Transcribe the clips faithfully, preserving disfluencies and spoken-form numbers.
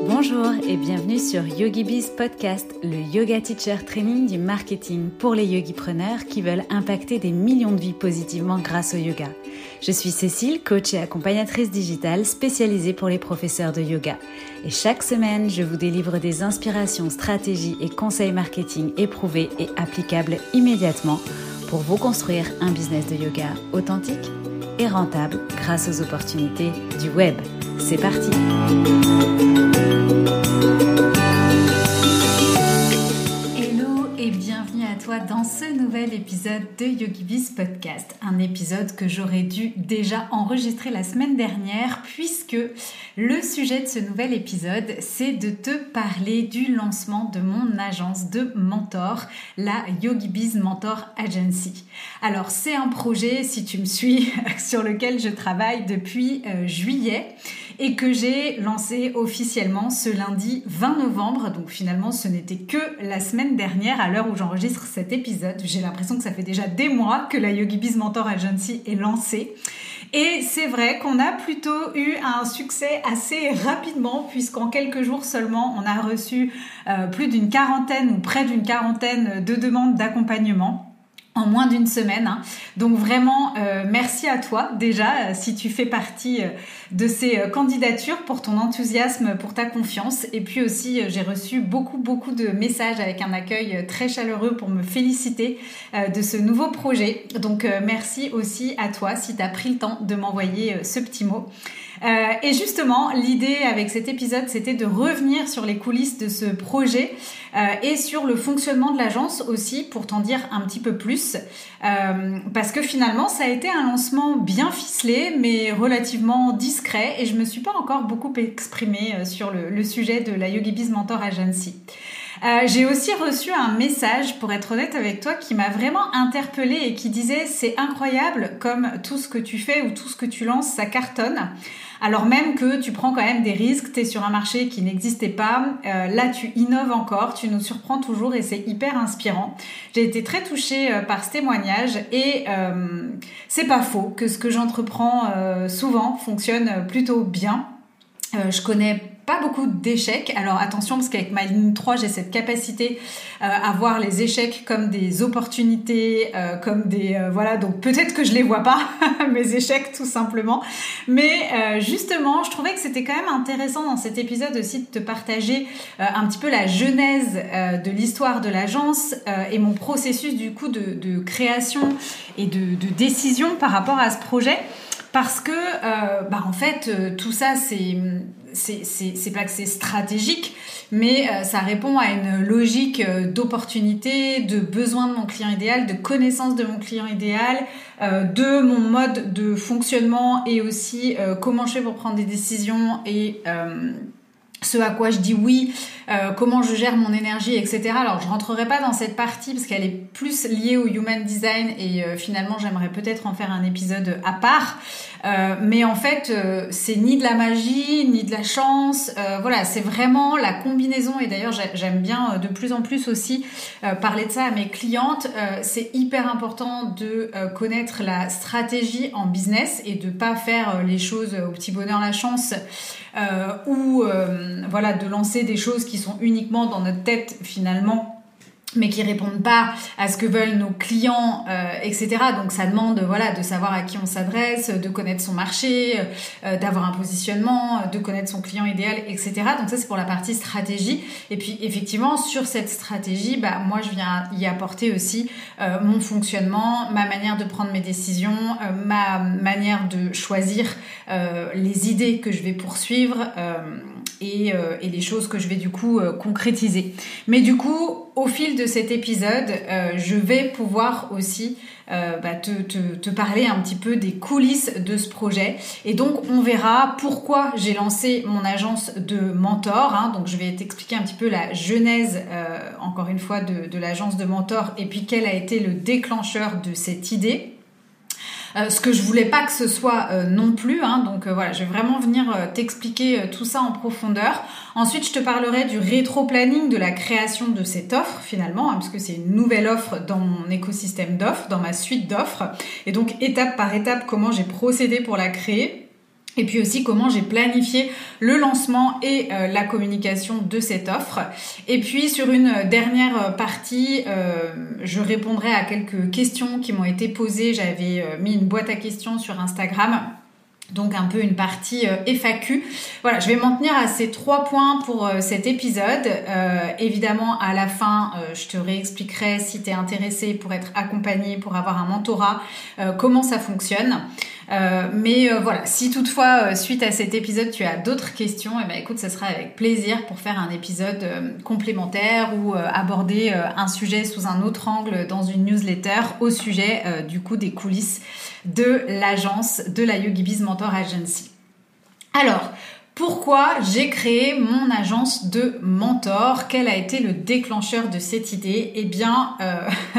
Bonjour et bienvenue sur YogiBiz Podcast, le yoga teacher training du marketing pour les yogipreneurs qui veulent impacter des millions de vies positivement grâce au yoga. Je suis Cécile, coach et accompagnatrice digitale spécialisée pour les professeurs de yoga. Et chaque semaine, je vous délivre des inspirations, stratégies et conseils marketing éprouvés et applicables immédiatement pour vous construire un business de yoga authentique et rentable grâce aux opportunités du web. C'est parti! Hello et bienvenue à toi dans ce nouvel épisode de YogiBiz Podcast. Un épisode que j'aurais dû déjà enregistrer la semaine dernière puisque le sujet de ce nouvel épisode, c'est de te parler du lancement de mon agence de mentor, la YogiBiz Mentor Agency. Alors c'est un projet, si tu me suis, sur lequel je travaille depuis euh, juillet et que j'ai lancé officiellement ce lundi vingt novembre. Donc finalement, ce n'était que la semaine dernière à l'heure où j'enregistre cet épisode. J'ai l'impression que ça fait déjà des mois que la YogiBiz Mentor Agency est lancée. Et c'est vrai qu'on a plutôt eu un succès assez rapidement puisqu'en quelques jours seulement, on a reçu euh, plus d'une quarantaine ou près d'une quarantaine de demandes d'accompagnement. En moins d'une semaine. Hein. Donc vraiment, euh, merci à toi déjà, euh, si tu fais partie euh, de ces euh, candidatures, pour ton enthousiasme, pour ta confiance. Et puis aussi, euh, j'ai reçu beaucoup, beaucoup de messages avec un accueil euh, très chaleureux pour me féliciter euh, de ce nouveau projet. Donc euh, merci aussi à toi si tu as pris le temps de m'envoyer euh, ce petit mot. Euh, et justement, l'idée avec cet épisode, c'était de revenir sur les coulisses de ce projet euh, et sur le fonctionnement de l'agence aussi, pour t'en dire un petit peu plus. Euh, parce que finalement, ça a été un lancement bien ficelé, mais relativement discret. Et je me suis pas encore beaucoup exprimée sur le, le sujet de la YogiBiz Mentor Agency. Euh, j'ai aussi reçu un message, pour être honnête avec toi, qui m'a vraiment interpellée et qui disait « C'est incroyable comme tout ce que tu fais ou tout ce que tu lances, ça cartonne. » Alors même que tu prends quand même des risques, tu es sur un marché qui n'existait pas, euh, là tu innoves encore, tu nous surprends toujours et c'est hyper inspirant. J'ai été très touchée euh, par ce témoignage et euh, c'est pas faux que ce que j'entreprends euh, souvent fonctionne plutôt bien. Euh, je connais pas beaucoup d'échecs. Alors attention, parce qu'avec ma ligne trois, j'ai cette capacité euh, à voir les échecs comme des opportunités, euh, comme des... Euh, voilà, donc peut-être que je les vois pas, mes échecs tout simplement. Mais euh, justement, je trouvais que c'était quand même intéressant dans cet épisode aussi de te partager euh, un petit peu la genèse euh, de l'histoire de l'agence euh, et mon processus du coup de, de création et de, de décision par rapport à ce projet. Parce que, euh, bah en fait, euh, tout ça, c'est, c'est, c'est, c'est pas que c'est stratégique, mais euh, ça répond à une logique euh, d'opportunité, de besoin de mon client idéal, de connaissance de mon client idéal, euh, de mon mode de fonctionnement et aussi euh, comment je fais pour prendre des décisions et... Euh, ce à quoi je dis oui, euh, comment je gère mon énergie, et cetera. Alors, je rentrerai pas dans cette partie parce qu'elle est plus liée au human design et euh, finalement, j'aimerais peut-être en faire un épisode à part. Euh, mais en fait, euh, c'est ni de la magie, ni de la chance. Euh, voilà, c'est vraiment la combinaison. Et d'ailleurs, j'aime bien euh, de plus en plus aussi euh, parler de ça à mes clientes. Euh, c'est hyper important de euh, connaître la stratégie en business et de pas faire euh, les choses au petit bonheur la chance euh, ou euh, voilà, de lancer des choses qui sont uniquement dans notre tête finalement, mais qui répondent pas à ce que veulent nos clients, euh, et cetera. Donc ça demande voilà de savoir à qui on s'adresse, de connaître son marché, euh, d'avoir un positionnement, de connaître son client idéal, et cetera. Donc ça c'est pour la partie stratégie. Et puis effectivement sur cette stratégie, bah moi je viens y apporter aussi euh, mon fonctionnement, ma manière de prendre mes décisions, euh, ma manière de choisir euh, les idées que je vais poursuivre. Euh, Et, euh, et les choses que je vais du coup euh, concrétiser. Mais du coup, au fil de cet épisode, euh, je vais pouvoir aussi euh, bah, te, te, te parler un petit peu des coulisses de ce projet. Et donc, on verra pourquoi j'ai lancé mon agence de mentor. Hein. Donc, je vais t'expliquer un petit peu la genèse, euh, encore une fois, de, de l'agence de mentor et puis quel a été le déclencheur de cette idée. Euh, ce que je voulais pas que ce soit euh, non plus, hein, donc euh, voilà, je vais vraiment venir euh, t'expliquer euh, tout ça en profondeur. Ensuite, je te parlerai du rétro-planning, de la création de cette offre finalement, hein, puisque c'est une nouvelle offre dans mon écosystème d'offres, dans ma suite d'offres, et donc étape par étape, comment j'ai procédé pour la créer. Et puis aussi comment j'ai planifié le lancement et euh, la communication de cette offre. Et puis sur une dernière partie, euh, je répondrai à quelques questions qui m'ont été posées. J'avais euh, mis une boîte à questions sur Instagram. Donc un peu une partie euh, F A Q. Voilà, je vais m'en tenir à ces trois points pour euh, cet épisode. Euh, évidemment, à la fin, euh, je te réexpliquerai si tu es intéressé pour être accompagné, pour avoir un mentorat, euh, comment ça fonctionne. Euh, mais euh, voilà, si toutefois, euh, suite à cet épisode, tu as d'autres questions, eh ben, écoute, ça sera avec plaisir pour faire un épisode euh, complémentaire ou euh, aborder euh, un sujet sous un autre angle dans une newsletter au sujet euh, du coup des coulisses de l'agence de la YogiBiz Mentor Agency. Alors, pourquoi j'ai créé mon agence de mentor? Quel a été le déclencheur de cette idée? Eh bien... Euh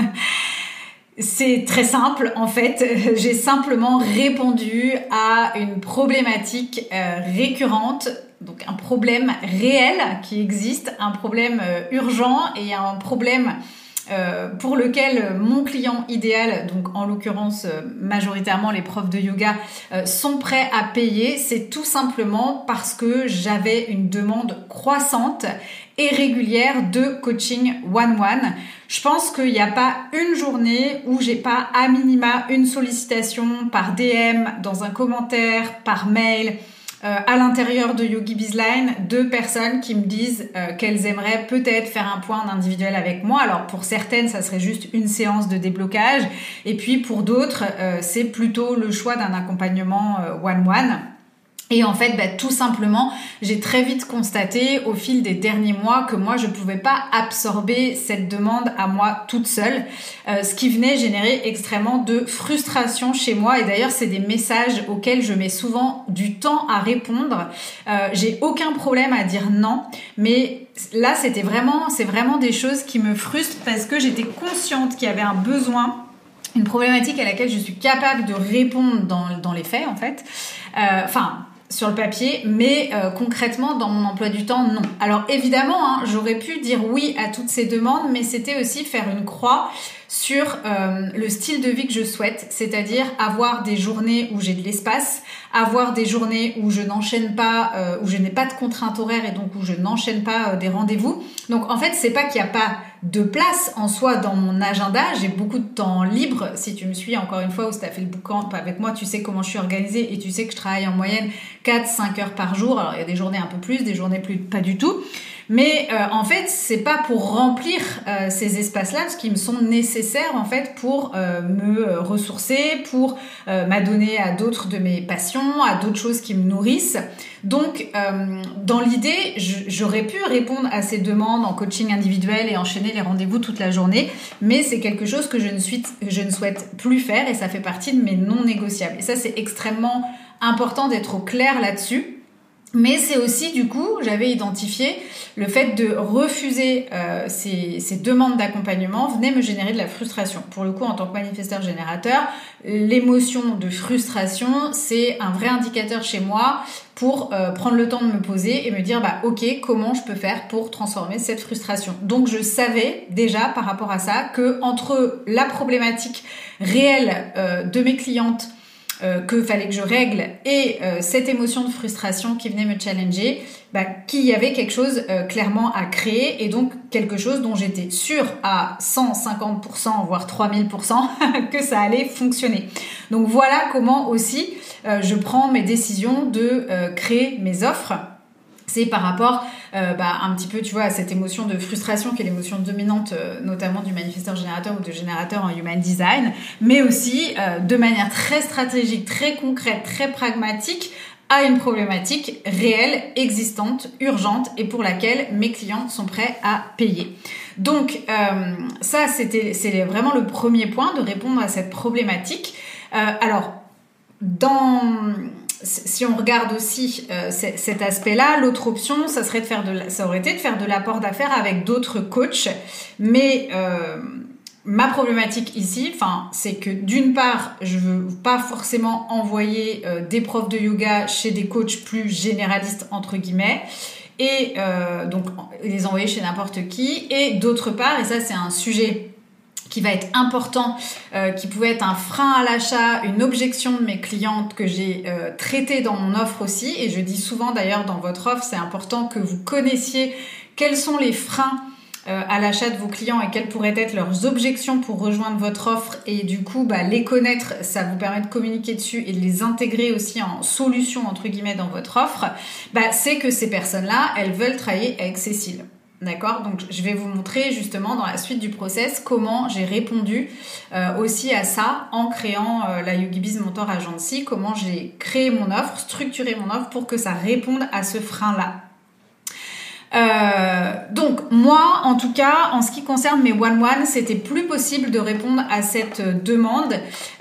C'est très simple en fait, j'ai simplement répondu à une problématique euh, récurrente, donc un problème réel qui existe, un problème euh, urgent et un problème euh, pour lequel mon client idéal, donc en l'occurrence euh, majoritairement les profs de yoga, euh, sont prêts à payer. C'est tout simplement parce que j'avais une demande croissante et régulière de coaching one-one. Je pense qu'il n'y a pas une journée où j'ai pas à minima une sollicitation par D M, dans un commentaire, par mail, euh, à l'intérieur de YogiBizline, de personnes qui me disent euh, qu'elles aimeraient peut-être faire un point individuel avec moi. Alors pour certaines, ça serait juste une séance de déblocage. Et puis pour d'autres, euh, c'est plutôt le choix d'un accompagnement euh, one-one. Et en fait, bah, tout simplement, j'ai très vite constaté au fil des derniers mois que moi, je pouvais pas absorber cette demande à moi toute seule, euh, ce qui venait générer extrêmement de frustration chez moi. Et d'ailleurs, c'est des messages auxquels je mets souvent du temps à répondre. Euh, j'ai aucun problème à dire non, mais là, c'était vraiment, c'est vraiment des choses qui me frustrent parce que j'étais consciente qu'il y avait un besoin, une problématique à laquelle je suis capable de répondre dans, dans les faits, en fait. Enfin... Euh, sur le papier, mais euh, concrètement dans mon emploi du temps, non. Alors évidemment, hein, j'aurais pu dire oui à toutes ces demandes, mais c'était aussi faire une croix sur euh, le style de vie que je souhaite, c'est-à-dire avoir des journées où j'ai de l'espace, avoir des journées où je n'enchaîne pas, euh, où je n'ai pas de contraintes horaires et donc où je n'enchaîne pas euh, des rendez-vous. Donc en fait, c'est pas qu'il n'y a pas de place en soi dans mon agenda, j'ai beaucoup de temps libre. Si tu me suis encore une fois ou si tu as fait le bootcamp avec moi, tu sais comment je suis organisée et tu sais que je travaille en moyenne quatre à cinq heures par jour. Alors il y a des journées un peu plus, des journées plus pas du tout. Mais euh, en fait, c'est pas pour remplir euh, ces espaces-là, ce qui me sont nécessaires en fait pour euh, me ressourcer, pour euh, m'adonner à d'autres de mes passions, à d'autres choses qui me nourrissent. Donc, euh, dans l'idée, j'aurais pu répondre à ces demandes en coaching individuel et enchaîner les rendez-vous toute la journée, mais c'est quelque chose que je ne, suis, je ne souhaite plus faire et ça fait partie de mes non négociables. Et ça, c'est extrêmement important d'être au clair là-dessus. Mais c'est aussi, du coup, j'avais identifié le fait de refuser euh, ces, ces demandes d'accompagnement venait me générer de la frustration. Pour le coup, en tant que manifesteur générateur, l'émotion de frustration, c'est un vrai indicateur chez moi pour euh, prendre le temps de me poser et me dire, bah ok, comment je peux faire pour transformer cette frustration. Donc, je savais déjà par rapport à ça que entre la problématique réelle euh, de mes clientes, Euh, que fallait que je règle et euh, cette émotion de frustration qui venait me challenger, bah, qu'il y avait quelque chose euh, clairement à créer et donc quelque chose dont j'étais sûre à cent cinquante pour cent voire trois mille pour cent que ça allait fonctionner. Donc voilà comment aussi euh, je prends mes décisions de euh, créer mes offres. C'est par rapport euh, bah, un petit peu, tu vois, à cette émotion de frustration qui est l'émotion dominante, euh, notamment du manifesteur générateur ou de générateur en human design, mais aussi euh, de manière très stratégique, très concrète, très pragmatique, à une problématique réelle, existante, urgente et pour laquelle mes clients sont prêts à payer. Donc euh, ça, c'était, c'est vraiment le premier point, de répondre à cette problématique. Euh, alors, dans... Si on regarde aussi euh, cet aspect-là, l'autre option, ça serait de faire de la, ça aurait été de faire de l'apport d'affaires avec d'autres coachs. Mais euh, ma problématique ici, enfin, c'est que d'une part, je veux pas forcément envoyer euh, des profs de yoga chez des coachs plus généralistes entre guillemets, et euh, donc les envoyer chez n'importe qui. Et d'autre part, et ça c'est un sujet qui va être important, euh, qui pouvait être un frein à l'achat, une objection de mes clientes que j'ai euh, traité dans mon offre aussi. Et je dis souvent d'ailleurs dans votre offre, c'est important que vous connaissiez quels sont les freins euh, à l'achat de vos clients et quelles pourraient être leurs objections pour rejoindre votre offre. Et du coup, bah, les connaître, ça vous permet de communiquer dessus et de les intégrer aussi en solution, entre guillemets, dans votre offre. Bah, c'est que ces personnes-là, elles veulent travailler avec Cécile. D'accord, donc je vais vous montrer justement dans la suite du process comment j'ai répondu euh, aussi à ça en créant euh, la YogiBiz Mentor Agency, comment j'ai créé mon offre, structuré mon offre pour que ça réponde à ce frein-là. Euh, donc moi, en tout cas, en ce qui concerne mes one-one, c'était plus possible de répondre à cette demande.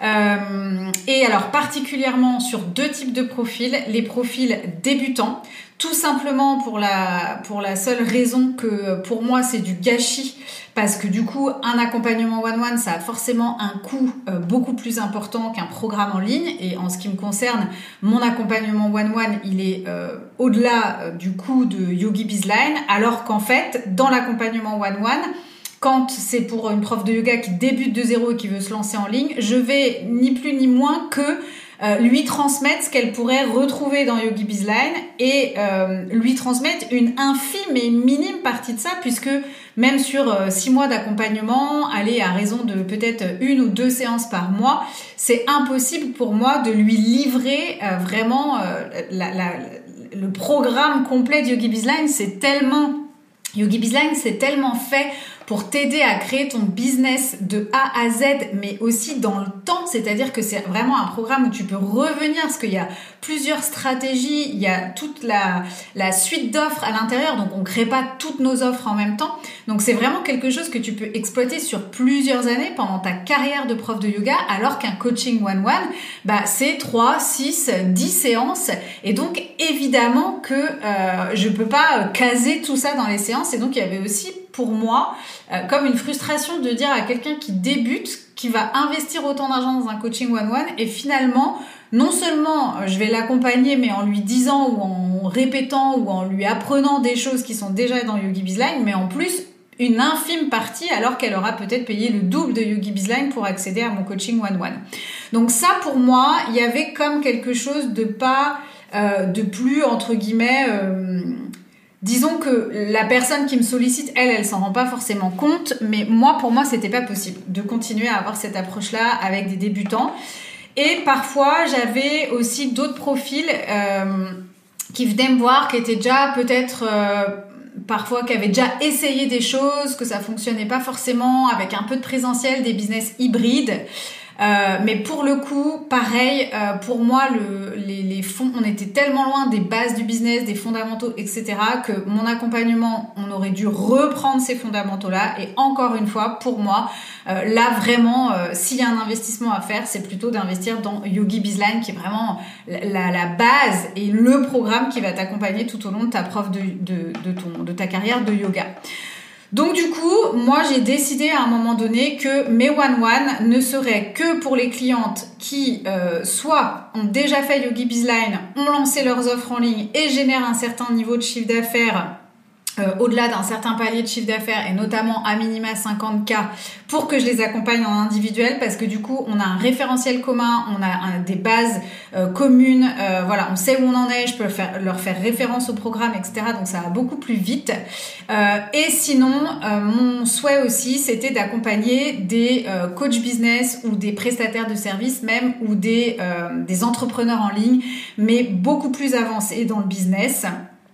Euh, et alors particulièrement sur deux types de profils, les profils débutants. Tout simplement pour la, pour la seule raison que pour moi c'est du gâchis parce que du coup un accompagnement one-one ça a forcément un coût euh, beaucoup plus important qu'un programme en ligne et en ce qui me concerne mon accompagnement one-one il est euh, au-delà euh, du coût de YogiBizline alors qu'en fait dans l'accompagnement one-one quand c'est pour une prof de yoga qui débute de zéro et qui veut se lancer en ligne, je vais ni plus ni moins que Euh, lui transmettre ce qu'elle pourrait retrouver dans YogiBizline et euh, lui transmettre une infime et minime partie de ça puisque même sur euh, six mois d'accompagnement, aller à raison de peut-être une ou deux séances par mois, c'est impossible pour moi de lui livrer euh, vraiment euh, la, la, le programme complet de YogiBizline. C'est tellement YogiBizline, c'est tellement fait pour t'aider à créer ton business de A à Z, mais aussi dans le temps. C'est-à-dire que c'est vraiment un programme où tu peux revenir, parce qu'il y a plusieurs stratégies, il y a toute la, la suite d'offres à l'intérieur, donc on ne crée pas toutes nos offres en même temps. Donc c'est vraiment quelque chose que tu peux exploiter sur plusieurs années pendant ta carrière de prof de yoga, alors qu'un coaching one-one, bah, c'est trois, six, dix séances. Et donc évidemment que euh, je ne peux pas caser tout ça dans les séances. Et donc il y avait aussi pour moi euh, comme une frustration de dire à quelqu'un qui débute, qui va investir autant d'argent dans un coaching one-one et finalement, non seulement euh, je vais l'accompagner mais en lui disant ou en répétant ou en lui apprenant des choses qui sont déjà dans YogiBizline, mais en plus une infime partie alors qu'elle aura peut-être payé le double de YogiBizline pour accéder à mon coaching one-one. Donc ça pour moi, il y avait comme quelque chose de pas, euh, de plus entre guillemets... Euh, Disons que la personne qui me sollicite, elle, elle s'en rend pas forcément compte, mais moi, pour moi, c'était pas possible de continuer à avoir cette approche-là avec des débutants. Et parfois, j'avais aussi d'autres profils euh, qui venaient me voir, qui étaient déjà peut-être... Euh, parfois qui avaient déjà essayé des choses, que ça fonctionnait pas forcément, avec un peu de présentiel, des business hybrides. Euh, mais pour le coup, pareil, euh, pour moi, le, les, les fonds, on était tellement loin des bases du business, des fondamentaux, et cetera, que mon accompagnement, on aurait dû reprendre ces fondamentaux-là. Et encore une fois, pour moi, euh, là vraiment, euh, s'il y a un investissement à faire, c'est plutôt d'investir dans YogiBizline, qui est vraiment la, la base et le programme qui va t'accompagner tout au long de ta prof de, de, de, ton, de ta carrière de yoga. Donc du coup, moi j'ai décidé à un moment donné que mes one-one ne seraient que pour les clientes qui euh, soit ont déjà fait YogiBizline, ont lancé leurs offres en ligne et génèrent un certain niveau de chiffre d'affaires Euh, au-delà d'un certain palier de chiffre d'affaires et notamment à minima cinquante mille pour que je les accompagne en individuel parce que du coup on a un référentiel commun, on a un, des bases euh, communes, euh, voilà, on sait où on en est, je peux faire, leur faire référence au programme, et cetera. Donc ça va beaucoup plus vite. Euh, et sinon, euh, mon souhait aussi, c'était d'accompagner des euh, coachs business ou des prestataires de services même ou des, euh, des entrepreneurs en ligne, mais beaucoup plus avancés dans le business.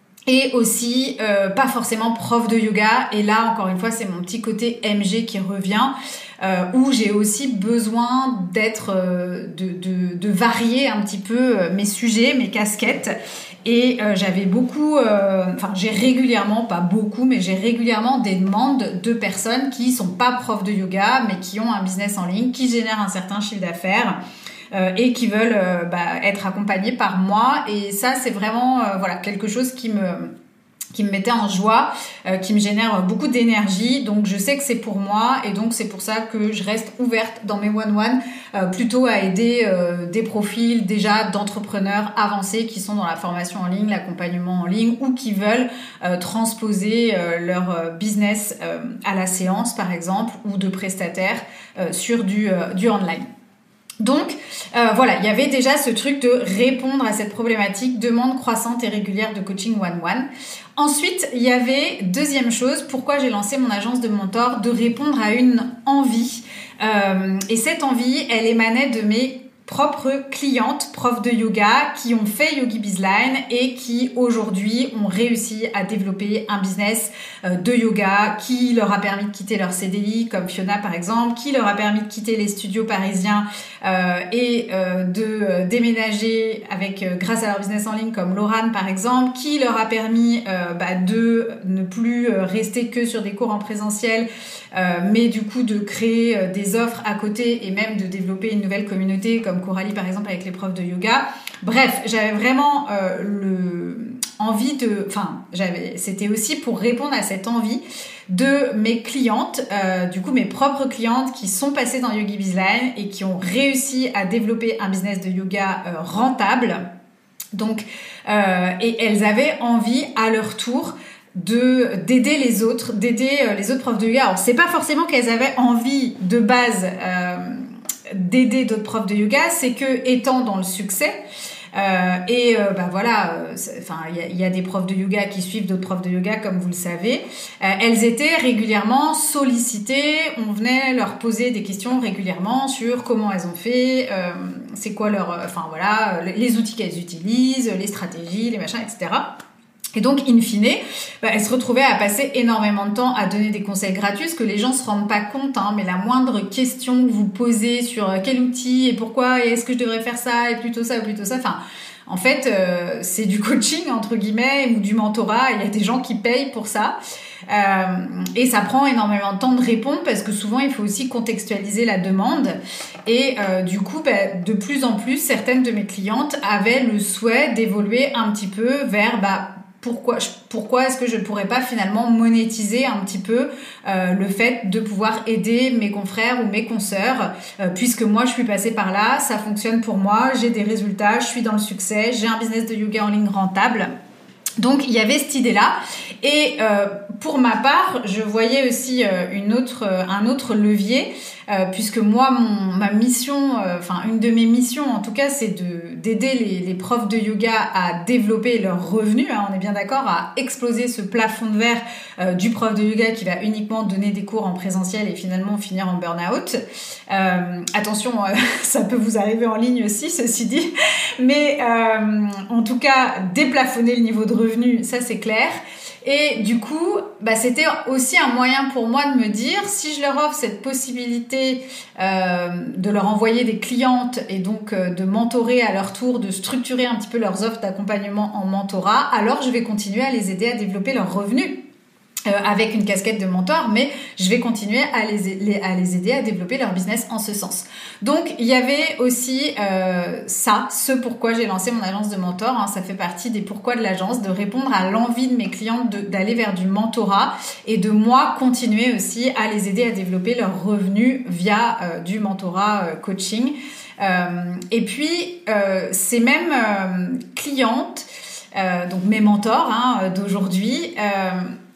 Et aussi, euh, pas forcément prof de yoga. Et là, encore une fois, c'est mon petit côté M G qui revient, euh, où j'ai aussi besoin d'être, euh, de, de, de varier un petit peu mes sujets, mes casquettes. Et euh, j'avais beaucoup, euh, enfin j'ai régulièrement, pas beaucoup, mais j'ai régulièrement des demandes de personnes qui sont pas profs de yoga, mais qui ont un business en ligne, qui génèrent un certain chiffre d'affaires. Euh, et qui veulent euh, bah, être accompagnés par moi. Et ça, c'est vraiment euh, voilà, quelque chose qui me, qui me mettait en joie, euh, qui me génère beaucoup d'énergie. Donc je sais que c'est pour moi et donc c'est pour ça que je reste ouverte dans mes one-one euh, plutôt à aider euh, des profils déjà d'entrepreneurs avancés qui sont dans la formation en ligne, l'accompagnement en ligne ou qui veulent euh, transposer euh, leur euh, business euh, à la séance par exemple ou de prestataires euh, sur du, euh, du online. Donc euh, voilà, il y avait déjà ce truc de répondre à cette problématique demande croissante et régulière de coaching one-one. Ensuite, il y avait deuxième chose, pourquoi j'ai lancé mon agence de mentor, de répondre à une envie. Euh, et cette envie, elle émanait de mes propres clientes, profs de yoga, qui ont fait YogiBizline et qui aujourd'hui ont réussi à développer un business euh, de yoga qui leur a permis de quitter leur C D I, comme Fiona par exemple, qui leur a permis de quitter les studios parisiens euh, et euh, de euh, déménager avec euh, grâce à leur business en ligne, comme Laurane par exemple, qui leur a permis euh, bah, de ne plus euh, rester que sur des cours en présentiel, euh, mais du coup de créer euh, des offres à côté et même de développer une nouvelle communauté comme Coralie par exemple avec les profs de yoga. Bref, j'avais vraiment euh, le envie de, enfin, j'avais, c'était aussi pour répondre à cette envie de mes clientes, euh, du coup mes propres clientes qui sont passées dans YogiBizline et qui ont réussi à développer un business de yoga euh, rentable. Donc, euh, et elles avaient envie à leur tour de d'aider les autres, d'aider euh, les autres profs de yoga. Alors c'est pas forcément qu'elles avaient envie de base euh, d'aider d'autres profs de yoga, c'est que étant dans le succès euh, et euh, bah voilà, enfin euh, il y, y a des profs de yoga qui suivent d'autres profs de yoga comme vous le savez, euh, elles étaient régulièrement sollicitées, on venait leur poser des questions régulièrement sur comment elles ont fait, euh, c'est quoi leur, enfin euh, voilà, les outils qu'elles utilisent, les stratégies, les machins, et cetera. Et donc, in fine, bah, elle se retrouvait à passer énormément de temps à donner des conseils gratuits, ce que les gens se rendent pas compte, hein, mais la moindre question que vous posez sur quel outil et pourquoi, et est-ce que je devrais faire ça, et plutôt ça, ou plutôt ça, enfin, en fait, euh, c'est du coaching, entre guillemets, ou du mentorat, il y a des gens qui payent pour ça. Euh, et ça prend énormément de temps de répondre parce que souvent il faut aussi contextualiser la demande et euh, du coup bah, de plus en plus certaines de mes clientes avaient le souhait d'évoluer un petit peu vers bah, pourquoi, pourquoi est-ce que je ne pourrais pas finalement monétiser un petit peu euh, le fait de pouvoir aider mes confrères ou mes consoeurs euh, puisque moi je suis passée par là, ça fonctionne pour moi, j'ai des résultats, je suis dans le succès, j'ai un business de yoga en ligne rentable. Donc il y avait cette idée-là et euh, pour ma part, je voyais aussi euh, une autre, euh, un autre levier euh, puisque moi, mon, ma mission, enfin euh, une de mes missions en tout cas, c'est de, d'aider les, les profs de yoga à développer leurs revenus. Hein, on est bien d'accord, à exploser ce plafond de verre euh, du prof de yoga qui va uniquement donner des cours en présentiel et finalement finir en burn-out. Euh, attention, euh, ça peut vous arriver en ligne aussi, ceci dit, mais euh, en tout cas, déplafonner le niveau de revenu, ça c'est clair. Et du coup, bah, c'était aussi un moyen pour moi de me dire, si je leur offre cette possibilité euh, de leur envoyer des clientes et donc euh, de mentorer à leur tour, de structurer un petit peu leurs offres d'accompagnement en mentorat, alors je vais continuer à les aider à développer leurs revenus. Euh, avec une casquette de mentor, mais je vais continuer à les, les, à les aider à développer leur business en ce sens. Donc, il y avait aussi euh, ça, ce pourquoi j'ai lancé mon agence de mentor. Hein, ça fait partie des pourquoi de l'agence, de répondre à l'envie de mes clientes de, d'aller vers du mentorat et de moi continuer aussi à les aider à développer leurs revenus via euh, du mentorat euh, coaching. Euh, et puis, euh, ces mêmes euh, clientes, euh, donc mes mentors hein, d'aujourd'hui, euh,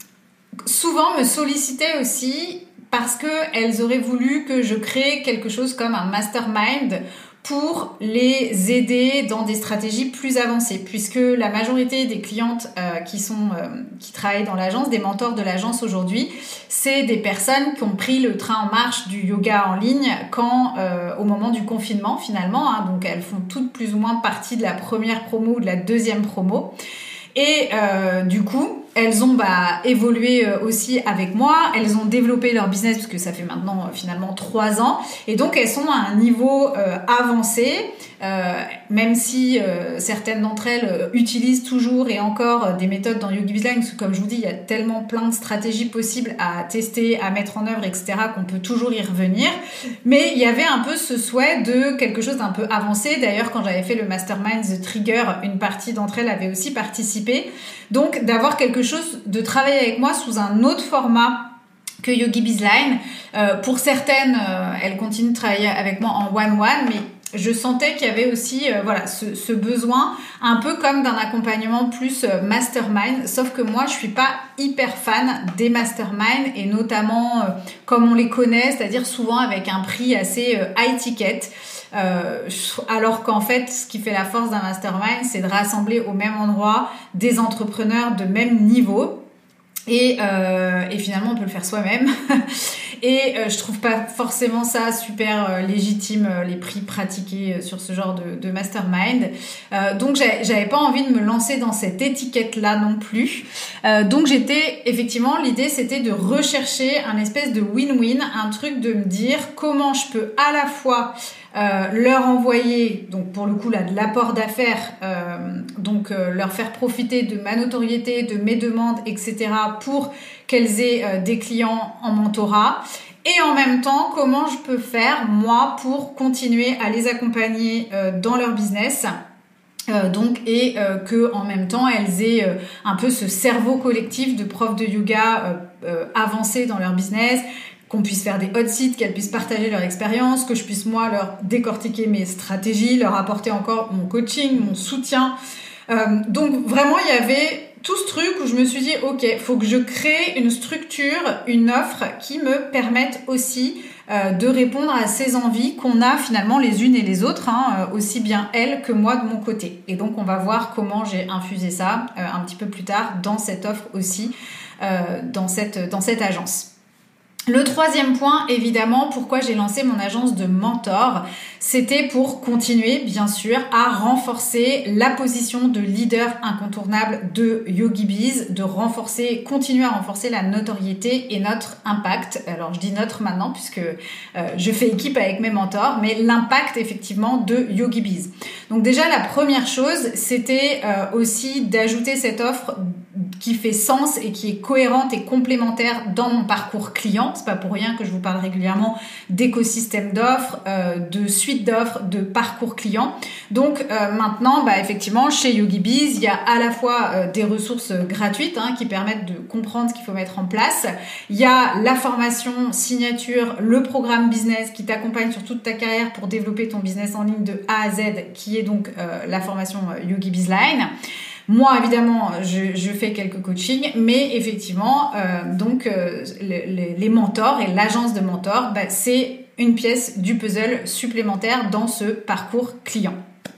souvent me sollicitaient aussi parce qu'elles auraient voulu que je crée quelque chose comme un mastermind pour les aider dans des stratégies plus avancées, puisque la majorité des clientes euh, qui sont euh, qui travaillent dans l'agence, des mentors de l'agence aujourd'hui, c'est des personnes qui ont pris le train en marche du yoga en ligne quand euh, au moment du confinement finalement, hein, donc elles font toutes plus ou moins partie de la première promo ou de la deuxième promo. Et euh, du coup, elles ont bah, évolué euh, aussi avec moi, elles ont développé leur business parce que ça fait maintenant euh, finalement trois ans et donc elles sont à un niveau euh, avancé, euh, même si euh, certaines d'entre elles euh, utilisent toujours et encore euh, des méthodes dans YogiBizline parce que comme je vous dis, il y a tellement plein de stratégies possibles à tester, à mettre en œuvre, et cetera qu'on peut toujours y revenir. Mais il y avait un peu ce souhait de quelque chose d'un peu avancé. D'ailleurs, quand j'avais fait le Mastermind The Trigger, une partie d'entre elles avait aussi participé. Donc d'avoir quelque quelque chose de travailler avec moi sous un autre format que Yogi Bizline. Euh, pour certaines, euh, elles continuent de travailler avec moi en one-one, mais je sentais qu'il y avait aussi euh, voilà ce, ce besoin un peu comme d'un accompagnement plus euh, mastermind, sauf que moi je suis pas hyper fan des masterminds et notamment euh, comme on les connaît, c'est-à-dire souvent avec un prix assez euh, high ticket. Euh, alors qu'en fait, ce qui fait la force d'un mastermind, c'est de rassembler au même endroit des entrepreneurs de même niveau. Et, euh, et finalement, on peut le faire soi-même. Et euh, je trouve pas forcément ça super euh, légitime, euh, les prix pratiqués euh, sur ce genre de, de mastermind. Euh, donc, j'avais, j'avais pas envie de me lancer dans cette étiquette-là non plus. Euh, donc, j'étais, effectivement, l'idée, c'était de rechercher un espèce de win-win, un truc de me dire comment je peux à la fois Euh, leur envoyer, donc pour le coup là, de l'apport d'affaires, euh, donc euh, leur faire profiter de ma notoriété, de mes demandes, et cetera pour qu'elles aient euh, des clients en mentorat. Et en même temps, comment je peux faire moi pour continuer à les accompagner euh, dans leur business. Euh, donc et euh, que en même temps elles aient euh, un peu ce cerveau collectif de profs de yoga euh, euh, avancés dans leur business, qu'on puisse faire des hot seats, qu'elles puissent partager leur expérience, que je puisse moi leur décortiquer mes stratégies, leur apporter encore mon coaching, mon soutien. Euh, donc vraiment il y avait tout ce truc où je me suis dit ok, faut que je crée une structure, une offre qui me permette aussi euh, de répondre à ces envies qu'on a finalement les unes et les autres, hein, aussi bien elles que moi de mon côté. Et donc on va voir comment j'ai infusé ça euh, un petit peu plus tard dans cette offre aussi, euh, dans cette, dans cette agence. Le troisième point, évidemment, pourquoi j'ai lancé mon agence de mentor, c'était pour continuer, bien sûr, à renforcer la position de leader incontournable de YogiBiz, de renforcer, continuer à renforcer la notoriété et notre impact. Alors, je dis notre maintenant puisque euh, je fais équipe avec mes mentors, mais l'impact, effectivement, de YogiBiz. Donc déjà, la première chose, c'était euh, aussi d'ajouter cette offre qui fait sens et qui est cohérente et complémentaire dans mon parcours client. C'est pas pour rien que je vous parle régulièrement d'écosystème d'offres, euh, de suite d'offres, de parcours client. Donc euh, maintenant, bah, effectivement, chez YogiBiz, il y a à la fois euh, des ressources gratuites hein, qui permettent de comprendre ce qu'il faut mettre en place. Il y a la formation signature, le programme business qui t'accompagne sur toute ta carrière pour développer ton business en ligne de A à Z, qui est donc euh, la formation YogiBizline. Moi, évidemment, je, je fais quelques coachings, mais effectivement, euh, donc euh, les, les mentors et l'agence de mentors, bah, c'est une pièce du puzzle supplémentaire dans ce parcours client.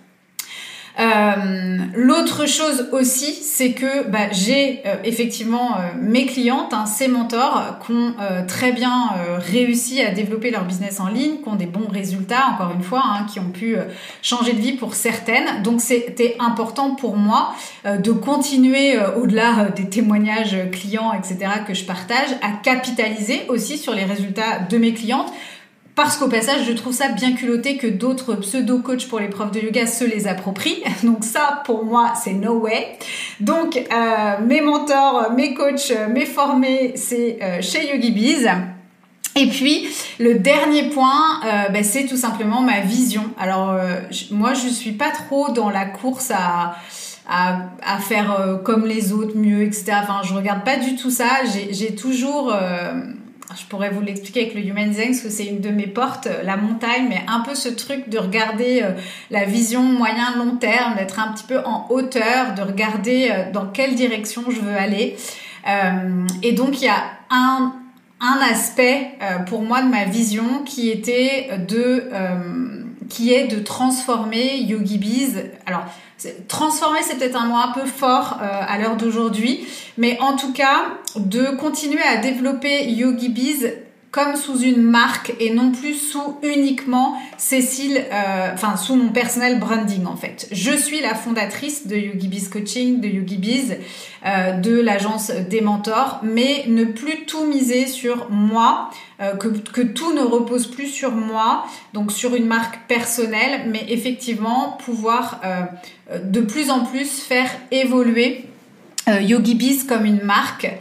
Euh, l'autre chose aussi, c'est que bah, j'ai euh, effectivement euh, mes clientes, hein, ces mentors, qui ont euh, très bien euh, réussi à développer leur business en ligne, qui ont des bons résultats, encore une fois, hein, qui ont pu euh, changer de vie pour certaines. Donc c'était important pour moi euh, de continuer, euh, au-delà euh, des témoignages clients, et cetera, que je partage, à capitaliser aussi sur les résultats de mes clientes. Parce qu'au passage, je trouve ça bien culotté que d'autres pseudo-coachs pour les profs de yoga se les approprient. Donc ça, pour moi, c'est no way. Donc, euh, mes mentors, mes coachs, mes formés, c'est euh, chez YogiBiz. Et puis, le dernier point, euh, bah, c'est tout simplement ma vision. Alors, euh, je, moi, je suis pas trop dans la course à... À, à faire euh, comme les autres, mieux, et cetera. Enfin, je regarde pas du tout ça. J'ai, j'ai toujours... Euh, je pourrais vous l'expliquer avec le Human Design parce que c'est une de mes portes, la montagne, mais un peu ce truc de regarder euh, la vision moyen long terme, d'être un petit peu en hauteur, de regarder euh, dans quelle direction je veux aller. Euh, et donc il y a un, un aspect euh, pour moi de ma vision qui était de, euh, qui est de transformer YogiBiz. Alors transformer, c'est peut-être un mot un peu fort euh, à l'heure d'aujourd'hui, mais en tout cas, de continuer à développer YogiBiz comme sous une marque et non plus sous uniquement Cécile, euh, enfin sous mon personnel branding en fait. Je suis la fondatrice de YogiBiz Coaching, de YogiBiz, euh, de l'agence des mentors, mais ne plus tout miser sur moi, euh, que, que tout ne repose plus sur moi, donc sur une marque personnelle, mais effectivement pouvoir euh, de plus en plus faire évoluer euh, YogiBiz comme une marque.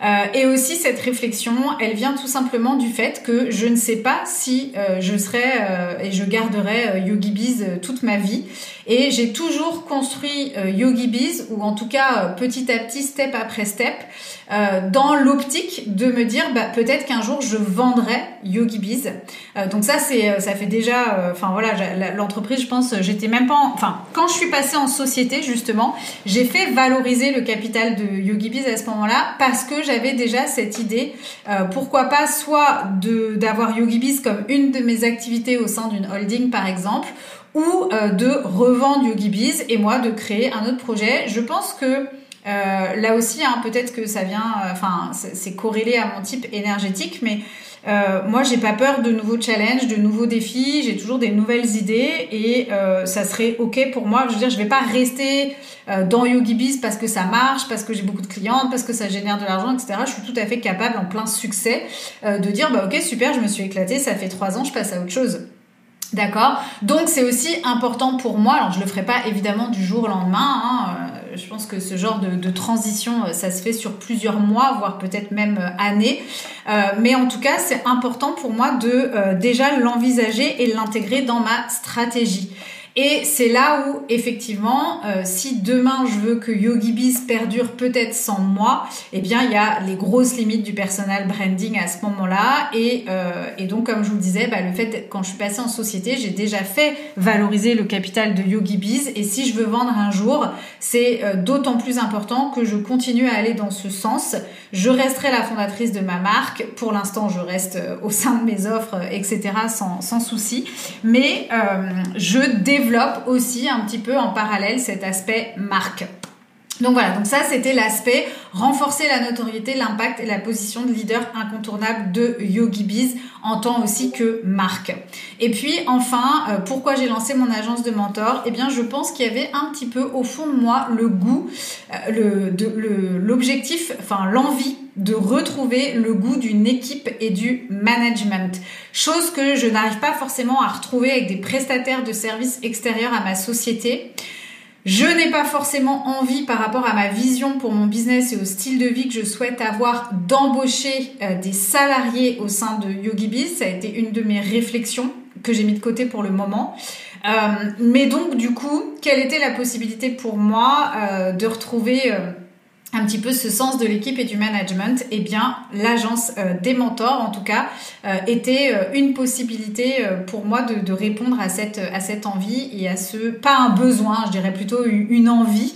Euh, et aussi cette réflexion, elle vient tout simplement du fait que je ne sais pas si euh, je serai euh, et je garderai euh, YogiBiz euh, toute ma vie. Et j'ai toujours construit euh, YogiBiz, ou en tout cas euh, petit à petit, step après step, euh, dans l'optique de me dire bah, peut-être qu'un jour je vendrai YogiBiz. Euh, donc ça, c'est, ça fait déjà, enfin euh, voilà, l'entreprise, je pense, j'étais même pas, en, enfin quand je suis passée en société justement, j'ai fait valoriser le capital de YogiBiz à ce moment-là parce que j'avais déjà cette idée, euh, pourquoi pas soit de d'avoir YogiBiz comme une de mes activités au sein d'une holding par exemple, ou euh, de revendre YogiBiz et moi de créer un autre projet. Je pense que euh, là aussi, hein, peut-être que ça vient, enfin, euh, c'est corrélé à mon type énergétique, mais euh, moi, j'ai pas peur de nouveaux challenges, de nouveaux défis. J'ai toujours des nouvelles idées et euh, ça serait ok pour moi. Je veux dire, je vais pas rester euh, dans YogiBiz parce que ça marche, parce que j'ai beaucoup de clientes, parce que ça génère de l'argent, et cetera. Je suis tout à fait capable, en plein succès, euh, de dire bah ok, super, je me suis éclatée, ça fait trois ans, je passe à autre chose. D'accord. Donc c'est aussi important pour moi. Alors je le ferai pas évidemment du jour au lendemain. Hein. Euh, je pense que ce genre de, de transition, ça se fait sur plusieurs mois, voire peut-être même années. Euh, mais en tout cas, c'est important pour moi de euh, déjà l'envisager et l'intégrer dans ma stratégie. Et c'est là où, effectivement, euh, si demain je veux que YogiBiz perdure peut-être sans moi, eh bien, il y a les grosses limites du personal branding à ce moment-là. Et, euh, et donc, comme je vous le disais, bah, le fait, quand je suis passée en société, j'ai déjà fait valoriser le capital de YogiBiz. Et si je veux vendre un jour, c'est euh, d'autant plus important que je continue à aller dans ce sens. Je resterai la fondatrice de ma marque. Pour l'instant, je reste euh, au sein de mes offres, euh, et cetera, sans, sans souci. Mais euh, je développe développe aussi un petit peu en parallèle cet aspect marque. Donc voilà, donc ça c'était l'aspect renforcer la notoriété, l'impact et la position de leader incontournable de YogiBiz en tant aussi que marque. Et puis enfin, euh, pourquoi j'ai lancé mon agence de mentor ? Eh bien je pense qu'il y avait un petit peu au fond de moi le goût, euh, le, de, le, l'objectif, enfin l'envie de retrouver le goût d'une équipe et du management. Chose que je n'arrive pas forcément à retrouver avec des prestataires de services extérieurs à ma société. Je n'ai pas forcément envie, par rapport à ma vision pour mon business et au style de vie que je souhaite avoir, d'embaucher euh, des salariés au sein de YogiBiz. Ça a été une de mes réflexions que j'ai mis de côté pour le moment. Euh, mais donc, du coup, quelle était la possibilité pour moi euh, de retrouver... Euh, un petit peu ce sens de l'équipe et du management? Eh bien, l'agence euh, des mentors, en tout cas, euh, était euh, une possibilité euh, pour moi de, de répondre à cette, à cette envie et à ce, pas un besoin, je dirais plutôt une envie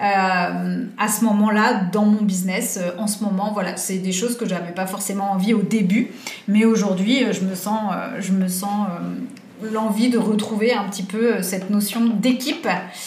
euh, à ce moment-là dans mon business. Euh, en ce moment, voilà, c'est des choses que j'avais pas forcément envie au début, mais aujourd'hui, euh, je me sens, euh, je me sens euh, l'envie de retrouver un petit peu cette notion d'équipe.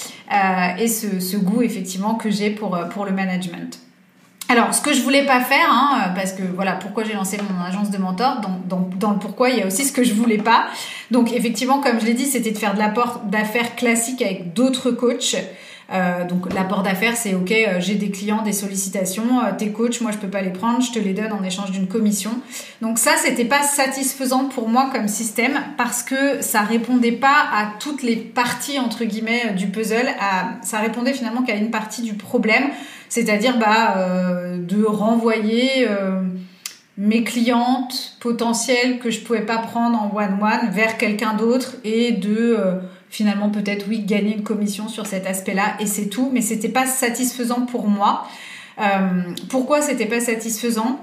Euh, et ce, ce goût effectivement que j'ai pour, pour le management. Alors, ce que je voulais pas faire, hein, parce que voilà, pourquoi j'ai lancé mon agence de mentor, dans, dans, dans le pourquoi, il y a aussi ce que je voulais pas. Donc, effectivement, comme je l'ai dit, c'était de faire de l'apport d'affaires classique avec d'autres coachs. Euh, donc l'apport d'affaires, c'est ok, euh, j'ai des clients, des sollicitations, euh, tes coachs, moi je peux pas les prendre, je te les donne en échange d'une commission. Donc ça, c'était pas satisfaisant pour moi comme système parce que ça répondait pas à toutes les parties entre guillemets du puzzle. À, ça répondait finalement qu'à une partie du problème, c'est-à-dire bah euh, de renvoyer euh, mes clientes potentielles que je pouvais pas prendre en one-one vers quelqu'un d'autre et de euh, finalement peut-être oui gagner une commission sur cet aspect-là et c'est tout, mais c'était pas satisfaisant pour moi. Euh, pourquoi c'était pas satisfaisant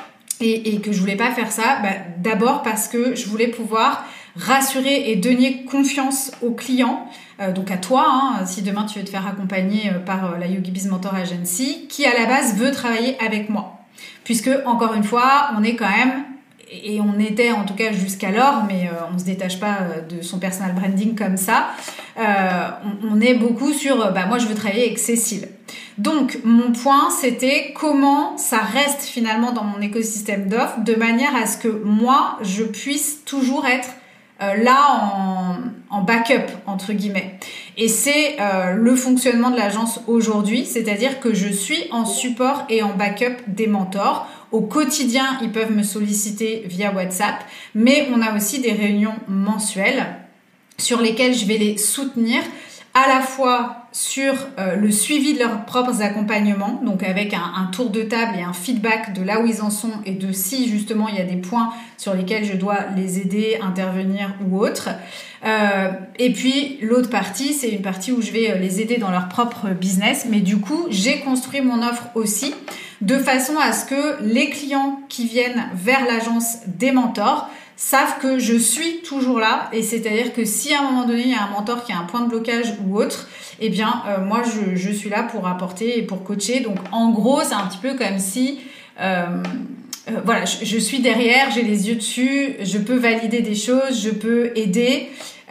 et, et que je voulais pas faire ça? Bah, d'abord parce que je voulais pouvoir rassurer et donner confiance aux clients, euh, donc à toi, hein, si demain tu veux te faire accompagner par la YogiBiz Mentor Agency, qui à la base veut travailler avec moi, puisque encore une fois, on est quand même et on était en tout cas jusqu'alors, mais euh, on se détache pas de son personal branding comme ça, euh, on, on est beaucoup sur euh, bah moi je veux travailler avec Cécile. Donc mon point c'était comment ça reste finalement dans mon écosystème d'offres de manière à ce que moi je puisse toujours être euh, là en, en backup entre guillemets. Et c'est euh, le fonctionnement de l'agence aujourd'hui, c'est-à-dire que je suis en support et en backup des mentors. Au quotidien, ils peuvent me solliciter via WhatsApp, mais on a aussi des réunions mensuelles sur lesquelles je vais les soutenir à la fois sur euh, le suivi de leurs propres accompagnements, donc avec un, un tour de table et un feedback de là où ils en sont et de si justement il y a des points sur lesquels je dois les aider, intervenir ou autre. Euh, et puis l'autre partie, c'est une partie où je vais les aider dans leur propre business, mais du coup j'ai construit mon offre aussi de façon à ce que les clients qui viennent vers l'agence des mentors savent que je suis toujours là, et c'est-à-dire que si à un moment donné il y a un mentor qui a un point de blocage ou autre, eh bien euh, moi je, je suis là pour apporter et pour coacher. Donc en gros c'est un petit peu comme si euh, euh, voilà, je, je suis derrière, j'ai les yeux dessus, je peux valider des choses, je peux aider.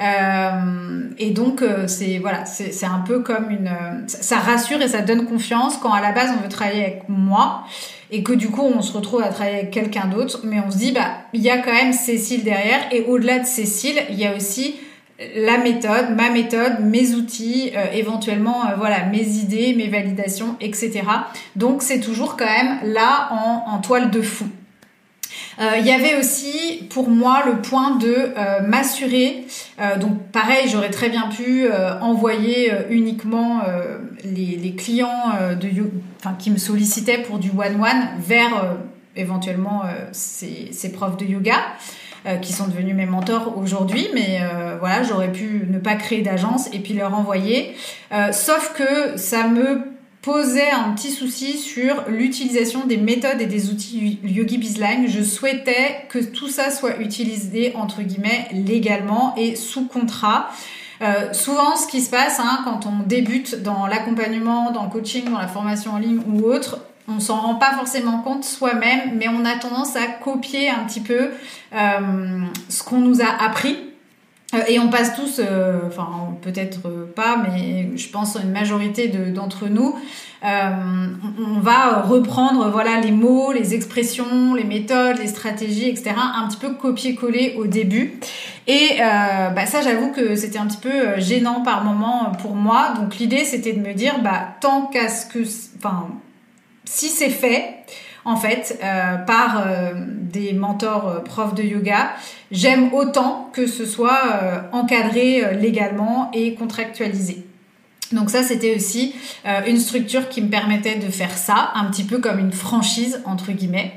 Euh, et donc euh, c'est voilà, c'est, c'est un peu comme une, euh, ça, ça rassure et ça donne confiance quand à la base on veut travailler avec moi et que du coup on se retrouve à travailler avec quelqu'un d'autre, mais on se dit bah il y a quand même Cécile derrière, et au-delà de Cécile il y a aussi la méthode, ma méthode, mes outils, euh, éventuellement euh, voilà mes idées, mes validations, et cetera. Donc c'est toujours quand même là en, en toile de fond. Euh, il y avait aussi pour moi le point de euh, m'assurer, euh, donc pareil j'aurais très bien pu euh, envoyer euh, uniquement euh, les, les clients euh, de, enfin, qui me sollicitaient pour du one-one vers euh, éventuellement euh, ces, ces profs de yoga euh, qui sont devenus mes mentors aujourd'hui, mais euh, voilà, j'aurais pu ne pas créer d'agence et puis leur envoyer, euh, sauf que ça me posait un petit souci sur l'utilisation des méthodes et des outils Yogi Bizline. Je souhaitais que tout ça soit utilisé entre guillemets légalement et sous contrat. Euh, souvent, ce qui se passe hein, quand on débute dans l'accompagnement, dans le coaching, dans la formation en ligne ou autre, on s'en rend pas forcément compte soi-même, mais on a tendance à copier un petit peu euh, ce qu'on nous a appris. Et on passe tous, euh, enfin peut-être pas, mais je pense une majorité de, d'entre nous, euh, on, on va reprendre voilà les mots, les expressions, les méthodes, les stratégies, et cetera. Un petit peu copier-coller au début. Et euh, bah ça, j'avoue que c'était un petit peu gênant par moment pour moi. Donc l'idée, c'était de me dire, bah tant qu'à ce que, enfin, si c'est fait. En fait, euh, par euh, des mentors euh, profs de yoga, j'aime autant que ce soit euh, encadré euh, légalement et contractualisé. Donc ça, c'était aussi euh, une structure qui me permettait de faire ça, un petit peu comme une franchise, entre guillemets.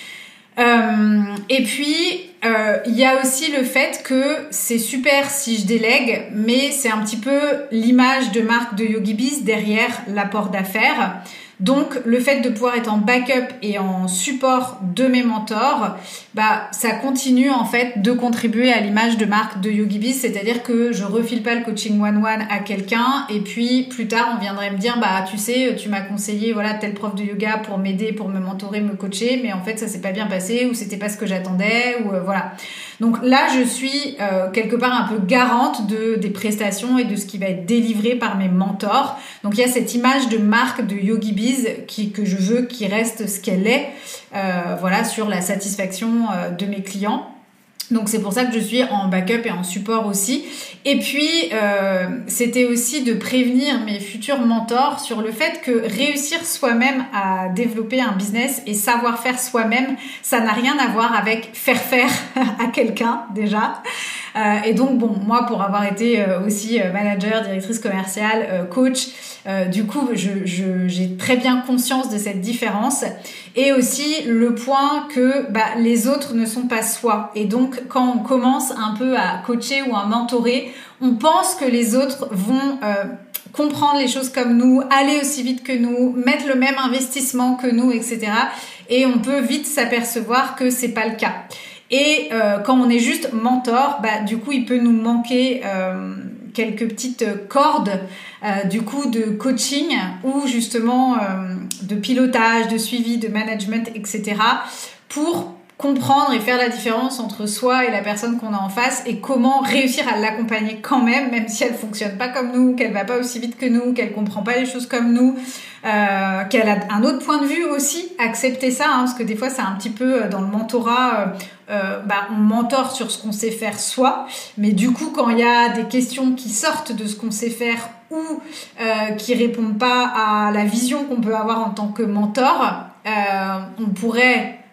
Euh, et puis, euh, il y a aussi le fait que c'est super si je délègue, mais c'est un petit peu l'image de marque de YogiBiz derrière l'apport d'affaires. Donc, le fait de pouvoir être en backup et en support de mes mentors, bah, ça continue en fait de contribuer à l'image de marque de YogiBiz, c'est-à-dire que je refile pas le coaching one-one à quelqu'un et puis plus tard on viendrait me dire bah tu sais tu m'as conseillé voilà tel prof de yoga pour m'aider, pour me mentorer, me coacher, mais en fait ça s'est pas bien passé ou c'était pas ce que j'attendais ou euh, voilà. Donc là je suis euh, quelque part un peu garante de des prestations et de ce qui va être délivré par mes mentors. Donc il y a cette image de marque de YogiBiz qui que je veux qui reste ce qu'elle est. Euh, voilà, sur la satisfaction euh, de mes clients. Donc c'est pour ça que je suis en backup et en support aussi. Et puis euh, c'était aussi de prévenir mes futurs mentors sur le fait que réussir soi-même à développer un business et savoir faire soi-même, ça n'a rien à voir avec faire faire à quelqu'un déjà. Euh, et donc bon, moi pour avoir été euh, aussi euh, manager, directrice commerciale, euh, coach, euh, du coup je, je, j'ai très bien conscience de cette différence et aussi le point que bah, les autres ne sont pas soi. Et donc quand on commence un peu à coacher ou à mentorer, on pense que les autres vont euh, comprendre les choses comme nous, aller aussi vite que nous, mettre le même investissement que nous, et cetera. Et on peut vite s'apercevoir que c'est pas le cas. Et euh, quand on est juste mentor, bah du coup il peut nous manquer euh, quelques petites cordes euh, du coup de coaching ou justement euh, de pilotage, de suivi, de management, et cetera pour comprendre et faire la différence entre soi et la personne qu'on a en face et comment réussir à l'accompagner quand même, même si elle fonctionne pas comme nous, qu'elle va pas aussi vite que nous, qu'elle comprend pas les choses comme nous, euh, qu'elle a un autre point de vue aussi, accepter ça, hein, parce que des fois c'est un petit peu dans le mentorat, euh, euh, bah, on mentore sur ce qu'on sait faire soi, mais du coup quand il y a des questions qui sortent de ce qu'on sait faire ou euh, qui répondent pas à la vision qu'on peut avoir en tant que mentor, euh, on pourrait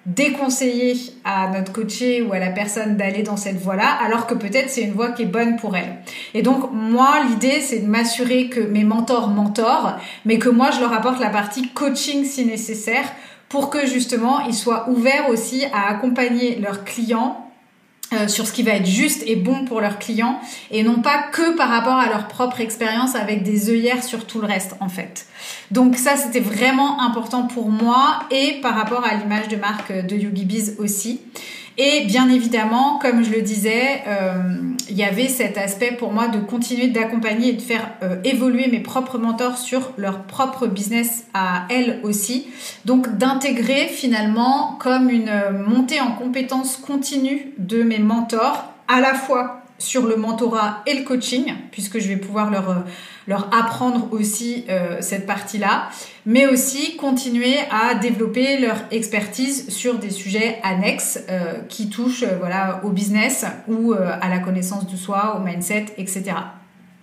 déconseiller à notre coaché ou à la personne d'aller dans cette voie-là, alors que peut-être c'est une voie qui est bonne pour elle. Et donc moi, l'idée, c'est de m'assurer que mes mentors mentorent, mais que moi, je leur apporte la partie coaching si nécessaire, pour que justement, ils soient ouverts aussi à accompagner leurs clients Euh, sur ce qui va être juste et bon pour leurs clients et non pas que par rapport à leur propre expérience avec des œillères sur tout le reste en fait. Donc ça, c'était vraiment important pour moi et par rapport à l'image de marque de YogiBiz aussi. Et bien évidemment, comme je le disais, euh, il y avait cet aspect pour moi de continuer d'accompagner et de faire euh, évoluer mes propres mentors sur leur propre business à elles aussi. Donc d'intégrer finalement comme une montée en compétences continue de mes mentors, à la fois sur le mentorat et le coaching, puisque je vais pouvoir leur, leur apprendre aussi euh, cette partie-là, mais aussi continuer à développer leur expertise sur des sujets annexes euh, qui touchent euh, voilà, au business ou euh, à la connaissance de soi, au mindset, et cetera.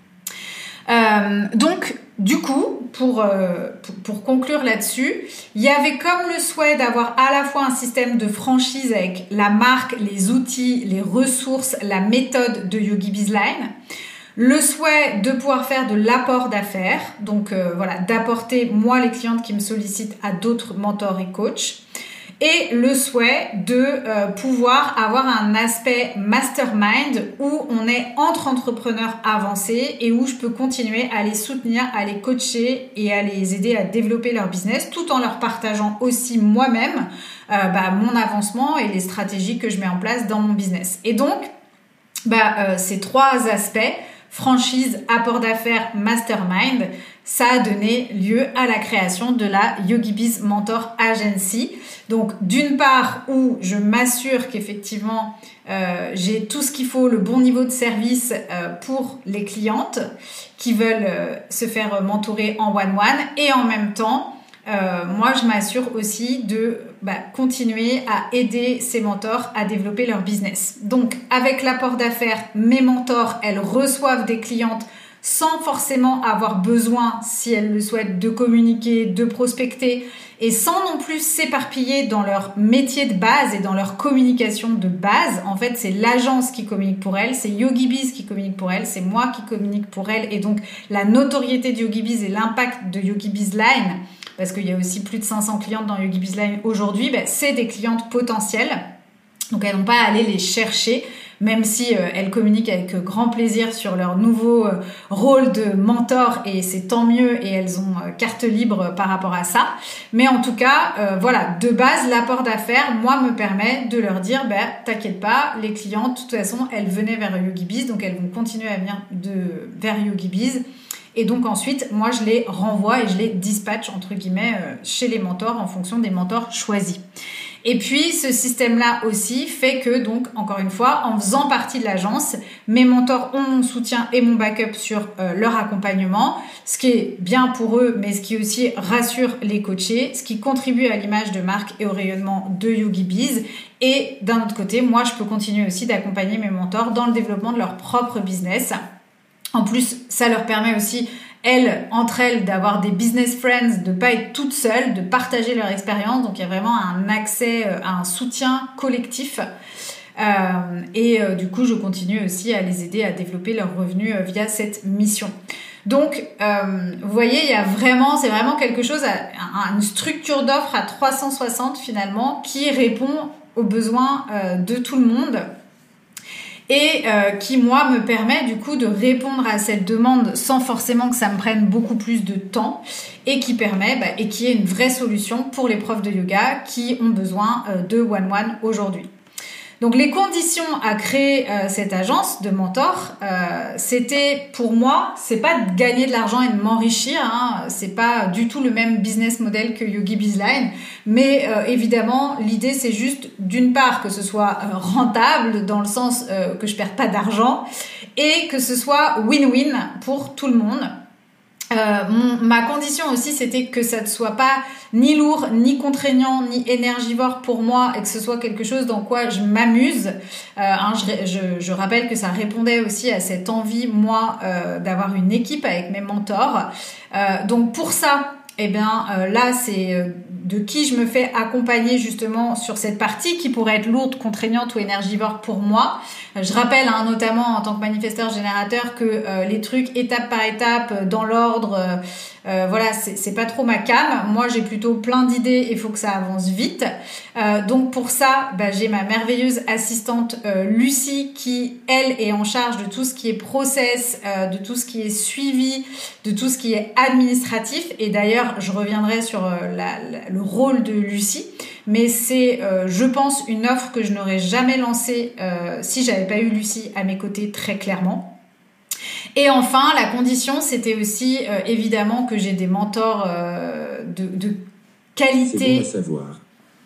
Euh, donc, du coup, pour, euh, pour, pour conclure là-dessus, il y avait comme le souhait d'avoir à la fois un système de franchise avec la marque, les outils, les ressources, la méthode de YogiBizLine, le souhait de pouvoir faire de l'apport d'affaires, donc euh, voilà, d'apporter moi les clientes qui me sollicitent à d'autres mentors et coachs, et le souhait de euh, pouvoir avoir un aspect mastermind où on est entre entrepreneurs avancés et où je peux continuer à les soutenir, à les coacher et à les aider à développer leur business tout en leur partageant aussi moi-même euh, bah, mon avancement et les stratégies que je mets en place dans mon business. Et donc, bah, euh, ces trois aspects, franchise, apport d'affaires, mastermind, ça a donné lieu à la création de la YogiBiz Mentor Agency. Donc, d'une part, où je m'assure qu'effectivement, euh, j'ai tout ce qu'il faut, le bon niveau de service euh, pour les clientes qui veulent euh, se faire mentorer en one-one. Et en même temps, euh, moi, je m'assure aussi de bah, continuer à aider ces mentors à développer leur business. Donc, avec l'apport d'affaires, mes mentors, elles reçoivent des clientes sans forcément avoir besoin, si elles le souhaitent, de communiquer, de prospecter et sans non plus s'éparpiller dans leur métier de base et dans leur communication de base. En fait, c'est l'agence qui communique pour elles, c'est YogiBiz qui communique pour elles, c'est moi qui communique pour elles. Et donc, la notoriété de YogiBiz et l'impact de YogiBizLine, parce qu'il y a aussi plus de cinq cents clientes dans YogiBizLine aujourd'hui, ben, c'est des clientes potentielles. Donc, elles n'ont pas à aller les chercher, même si euh, elles communiquent avec euh, grand plaisir sur leur nouveau euh, rôle de mentor et c'est tant mieux et elles ont euh, carte libre par rapport à ça. Mais en tout cas, euh, voilà, de base, l'apport d'affaires, moi, me permet de leur dire, ben, t'inquiète pas, les clientes, de toute façon, elles venaient vers YogiBiz, donc elles vont continuer à venir de, vers YogiBiz. Et donc ensuite, moi, je les renvoie et je les dispatche, entre guillemets, euh, chez les mentors en fonction des mentors choisis. Et puis, ce système-là aussi fait que, donc, encore une fois, en faisant partie de l'agence, mes mentors ont mon soutien et mon backup sur euh, leur accompagnement, ce qui est bien pour eux, mais ce qui aussi rassure les coachés, ce qui contribue à l'image de marque et au rayonnement de YogiBiz. Et d'un autre côté, moi, je peux continuer aussi d'accompagner mes mentors dans le développement de leur propre business. En plus, ça leur permet aussi, elles, entre elles, d'avoir des business friends, de pas être toutes seules, de partager leur expérience. Donc, il y a vraiment un accès à un soutien collectif. Euh, et euh, du coup, je continue aussi à les aider à développer leurs revenus euh, via cette mission. Donc, euh, vous voyez, il y a vraiment, c'est vraiment quelque chose, à, à une structure d'offre à trois cent soixante finalement, qui répond aux besoins euh, de tout le monde. Et euh, qui, moi, me permet du coup de répondre à cette demande sans forcément que ça me prenne beaucoup plus de temps et qui permet, bah, et qui est une vraie solution pour les profs de yoga qui ont besoin euh, de one-one aujourd'hui. Donc, les conditions à créer euh, cette agence de mentor, euh, c'était pour moi, c'est pas de gagner de l'argent et de m'enrichir, hein, c'est pas du tout le même business model que YogiBizLine, mais euh, évidemment, l'idée c'est juste d'une part que ce soit euh, rentable dans le sens euh, que je perde pas d'argent et que ce soit win-win pour tout le monde. Euh, mon, ma condition aussi, c'était que ça ne soit pas ni lourd, ni contraignant, ni énergivore pour moi et que ce soit quelque chose dans quoi je m'amuse. Euh, hein, je, je, je rappelle que ça répondait aussi à cette envie, moi, euh, d'avoir une équipe avec mes mentors. Euh, donc pour ça, eh bien, euh, là, c'est euh, de qui je me fais accompagner justement sur cette partie qui pourrait être lourde, contraignante ou énergivore pour moi. Je rappelle hein, notamment en tant que manifesteur générateur que euh, les trucs étape par étape, dans l'ordre, euh, euh, voilà, c'est, c'est pas trop ma came. Moi, j'ai plutôt plein d'idées et il faut que ça avance vite. Euh, donc pour ça, bah, j'ai ma merveilleuse assistante euh, Lucie qui, elle, est en charge de tout ce qui est process, euh, de tout ce qui est suivi, de tout ce qui est administratif. Et d'ailleurs, je reviendrai sur euh, la, la, le rôle de Lucie. Mais c'est, euh, je pense, une offre que je n'aurais jamais lancée euh, si j'avais pas eu Lucie à mes côtés, très clairement. Et enfin, la condition, c'était aussi euh, évidemment que j'ai des mentors euh, de, de qualité. C'est bon à savoir.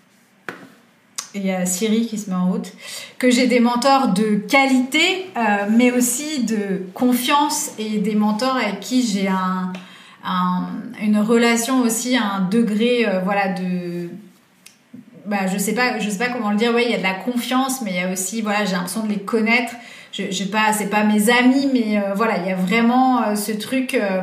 Il y a Siri qui se met en route. Que j'ai des mentors de qualité, euh, mais aussi de confiance et des mentors avec qui j'ai un, un, une relation aussi à un degré, euh, voilà, de... Bah, je sais pas, je sais pas comment le dire. Ouais, il y a de la confiance, mais il y a aussi, voilà, j'ai l'impression de les connaître. Je, je pas, c'est pas mes amis, mais euh, voilà, il y a vraiment euh, ce truc euh,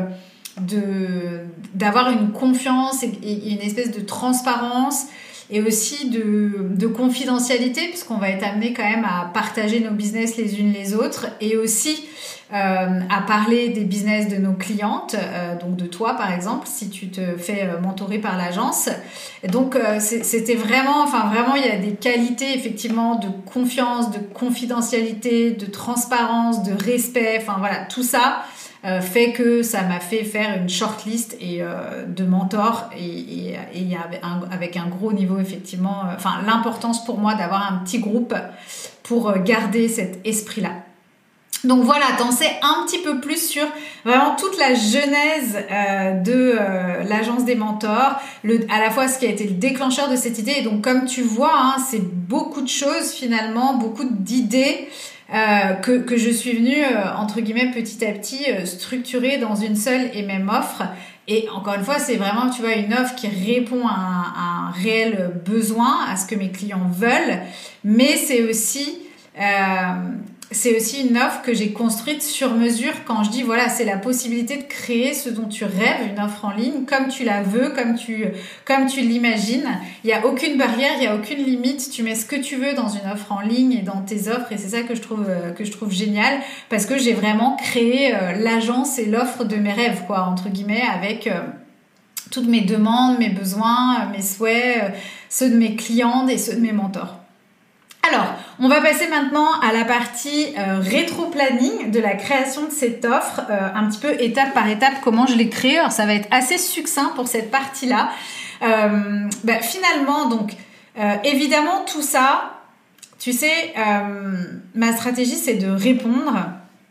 de d'avoir une confiance et, et une espèce de transparence et aussi de, de confidentialité, puisqu'on va être amené quand même à partager nos business les unes les autres et aussi euh, à parler des business de nos clientes, euh, donc de toi par exemple, si tu te fais euh, mentorer par l'agence. Et donc euh, c'est, c'était vraiment, enfin vraiment, il y a des qualités effectivement de confiance, de confidentialité, de transparence, de respect, enfin voilà, tout ça. Euh, fait que ça m'a fait faire une shortlist et euh, de mentors et, et, et avec, un, avec un gros niveau effectivement, euh, enfin l'importance pour moi d'avoir un petit groupe pour garder cet esprit-là. Donc voilà, t'en sais un petit peu plus sur vraiment toute la genèse euh, de euh, l'agence des mentors, le, à la fois ce qui a été le déclencheur de cette idée. Et donc comme tu vois, hein, c'est beaucoup de choses finalement, beaucoup d'idées euh, que, que je suis venue, euh, entre guillemets, petit à petit, euh, structurer dans une seule et même offre. Et encore une fois, c'est vraiment, tu vois, une offre qui répond à un, à un réel besoin, à ce que mes clients veulent. Mais c'est aussi... Euh, C'est aussi une offre que j'ai construite sur mesure quand je dis, voilà, c'est la possibilité de créer ce dont tu rêves, une offre en ligne, comme tu la veux, comme tu, comme tu l'imagines. Il n'y a aucune barrière, il n'y a aucune limite. Tu mets ce que tu veux dans une offre en ligne et dans tes offres. Et c'est ça que je trouve, que je trouve génial parce que j'ai vraiment créé l'agence et l'offre de mes rêves, quoi, entre guillemets, avec toutes mes demandes, mes besoins, mes souhaits, ceux de mes clientes et ceux de mes mentors. Alors, on va passer maintenant à la partie euh, rétro-planning de la création de cette offre, euh, un petit peu étape par étape, comment je l'ai créée. Alors, ça va être assez succinct pour cette partie-là. Euh, bah, finalement, donc, euh, évidemment, tout ça, tu sais, euh, ma stratégie, c'est de répondre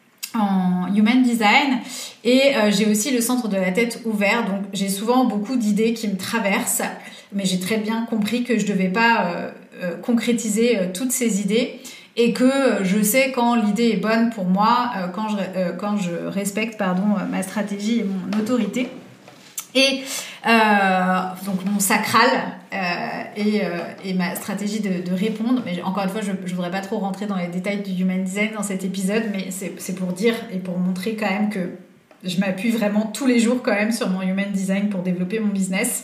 en Human Design et euh, j'ai aussi le centre de la tête ouvert, donc j'ai souvent beaucoup d'idées qui me traversent, mais j'ai très bien compris que je devais pas euh, euh, concrétiser euh, toutes ces idées et que euh, je sais quand l'idée est bonne pour moi, euh, quand, je, euh, quand je respecte pardon, ma stratégie et mon autorité. Et euh, donc mon sacral euh, et, euh, et ma stratégie de, de répondre, mais encore une fois je ne voudrais pas trop rentrer dans les détails du Human Design dans cet épisode, mais c'est, c'est pour dire et pour montrer quand même que je m'appuie vraiment tous les jours quand même sur mon Human Design pour développer mon business.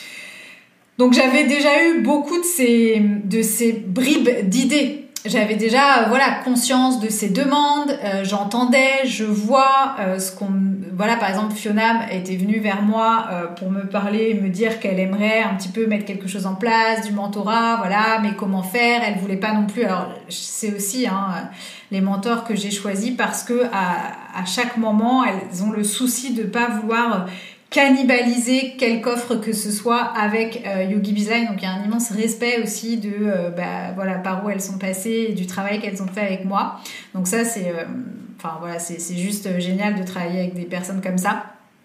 Donc j'avais déjà eu beaucoup de ces, de ces bribes d'idées. J'avais déjà euh, voilà conscience de ces demandes, euh, j'entendais, je vois euh, ce qu'on voilà par exemple Fiona était venue vers moi euh, pour me parler et me dire qu'elle aimerait un petit peu mettre quelque chose en place, du mentorat, voilà, mais comment faire, elle voulait pas non plus. Alors c'est aussi hein, les mentors que j'ai choisis parce que à, à chaque moment elles ont le souci de pas vouloir cannibaliser quelque offre que ce soit avec euh, Yogi Bizline. Donc il y a un immense respect aussi de euh, bah, voilà, par où elles sont passées et du travail qu'elles ont fait avec moi. Donc ça c'est euh, enfin voilà, c'est, c'est juste génial de travailler avec des personnes comme ça.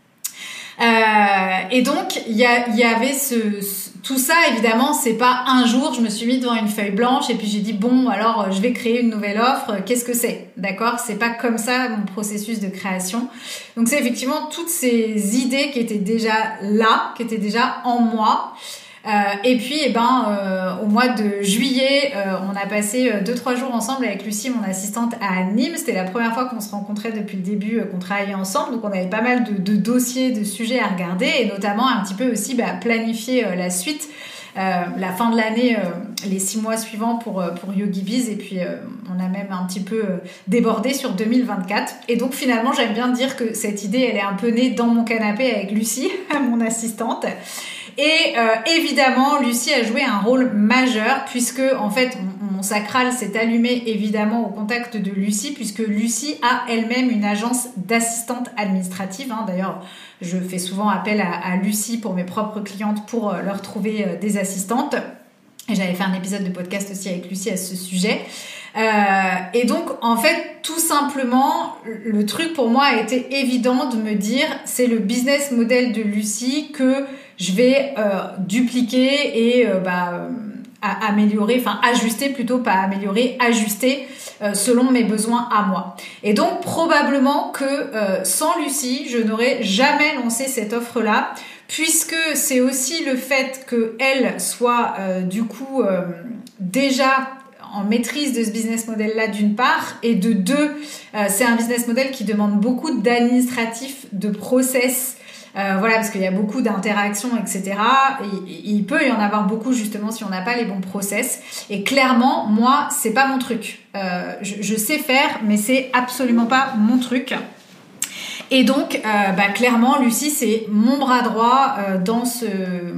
Euh, et donc il y, a, y avait ce, ce tout ça évidemment c'est pas un jour je me suis mis devant une feuille blanche et puis j'ai dit bon alors je vais créer une nouvelle offre, qu'est-ce que c'est, d'accord, c'est pas comme ça mon processus de création. Donc c'est effectivement toutes ces idées qui étaient déjà là, qui étaient déjà en moi. Euh, et puis, eh ben, euh, au mois de juillet, euh, on a passé deux, trois jours ensemble avec Lucie, mon assistante, à Nîmes. C'était la première fois qu'on se rencontrait depuis le début, euh, qu'on travaillait ensemble. Donc, on avait pas mal de, de dossiers, de sujets à regarder et notamment un petit peu aussi bah, planifier euh, la suite. Euh, la fin de l'année, euh, les six mois suivants pour, euh, pour YogiBiz et puis euh, on a même un petit peu euh, débordé sur deux mille vingt-quatre et donc finalement j'aime bien dire que cette idée elle est un peu née dans mon canapé avec Lucie, mon assistante et euh, évidemment Lucie a joué un rôle majeur puisque en fait mon, mon sacral s'est allumé évidemment au contact de Lucie puisque Lucie a elle-même une agence d'assistante administrative, hein. D'ailleurs je fais souvent appel à, à Lucie pour mes propres clientes pour euh, leur trouver euh, des assistantes. Et j'avais fait un épisode de podcast aussi avec Lucie à ce sujet. Euh, et donc, en fait, tout simplement, le truc pour moi a été évident de me dire c'est le business model de Lucie que je vais euh, dupliquer et euh, bah, à améliorer, enfin ajuster plutôt, pas améliorer, ajuster euh, selon mes besoins à moi. Et donc probablement que euh, sans Lucie, je n'aurais jamais lancé cette offre-là, puisque c'est aussi le fait qu'elle soit euh, du coup euh, déjà en maîtrise de ce business model-là d'une part, et de deux, euh, c'est un business model qui demande beaucoup d'administratif, de process. Euh, voilà, parce qu'il y a beaucoup d'interactions, et cetera. Et, et il peut y en avoir beaucoup justement si on n'a pas les bons process. Et clairement, moi, c'est pas mon truc. Euh, je, je sais faire, mais c'est absolument pas mon truc. Et donc, euh, bah, clairement, Lucie, c'est mon bras droit euh, dans ce,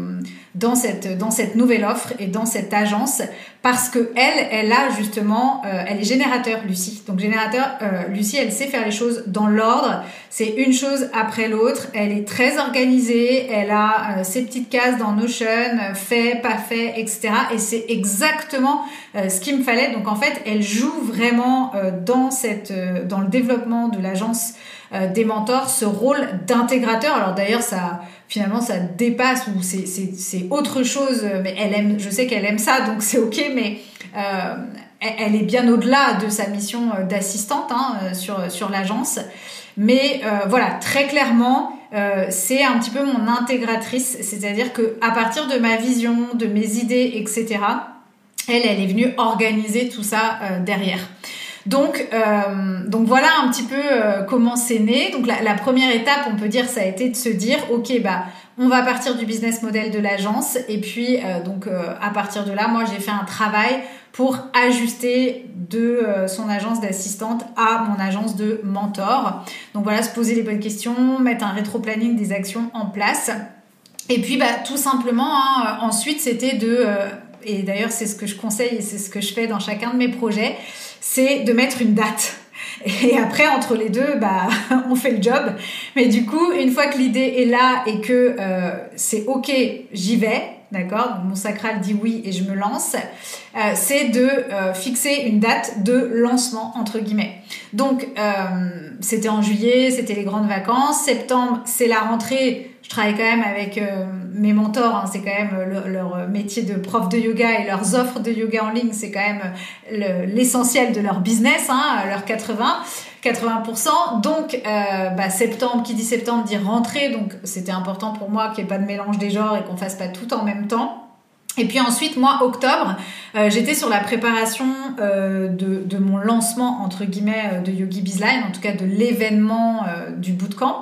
dans cette, dans cette nouvelle offre et dans cette agence, parce que elle, elle a justement, euh, elle est générateur, Lucie. Donc générateur, euh, Lucie, elle sait faire les choses dans l'ordre. C'est une chose après l'autre. Elle est très organisée. Elle a euh, ses petites cases dans Notion, euh, fait, pas fait, et cetera. Et c'est exactement euh, ce qu'il me fallait. Donc en fait, elle joue vraiment euh, dans cette, euh, dans le développement de l'agence euh, des mentors, ce rôle d'intégrateur. Alors d'ailleurs, ça, finalement, ça dépasse ou c'est, c'est, c'est autre chose. Mais elle aime, je sais qu'elle aime ça, donc c'est ok. Mais euh, elle est bien au-delà de sa mission d'assistante hein, sur, sur l'agence. Mais euh, voilà, très clairement, euh, c'est un petit peu mon intégratrice. C'est-à-dire qu'à partir de ma vision, de mes idées, et cetera, elle, elle est venue organiser tout ça euh, derrière. Donc, euh, donc voilà un petit peu euh, comment c'est né. Donc la, la première étape, on peut dire, ça a été de se dire, ok, bah on va partir du business model de l'agence et puis euh, donc euh, à partir de là, moi j'ai fait un travail pour ajuster de euh, son agence d'assistante à mon agence de mentor. Donc voilà, se poser les bonnes questions, mettre un rétro-planning des actions en place. Et puis bah tout simplement, hein, ensuite c'était de euh, et d'ailleurs c'est ce que je conseille et c'est ce que je fais dans chacun de mes projets, c'est de mettre une date. Et après, entre les deux, bah, on fait le job. Mais du coup, une fois que l'idée est là et que euh, c'est OK, j'y vais, d'accord ? Donc, mon sacral dit oui et je me lance. Euh, c'est de euh, fixer une date de lancement, entre guillemets. Donc, euh, c'était en juillet, c'était les grandes vacances. Septembre, c'est la rentrée. Je travaille quand même avec euh, mes mentors, hein, c'est quand même le, leur métier de prof de yoga et leurs offres de yoga en ligne, c'est quand même le, l'essentiel de leur business, hein, leur quatre-vingts pour cent. Donc, euh, bah, septembre, qui dit septembre dit rentrée, donc c'était important pour moi qu'il n'y ait pas de mélange des genres et qu'on fasse pas tout en même temps. Et puis ensuite, moi, octobre, euh, j'étais sur la préparation euh, de, de mon lancement, entre guillemets, de YogiBiz Line, en tout cas de l'événement euh, du bootcamp.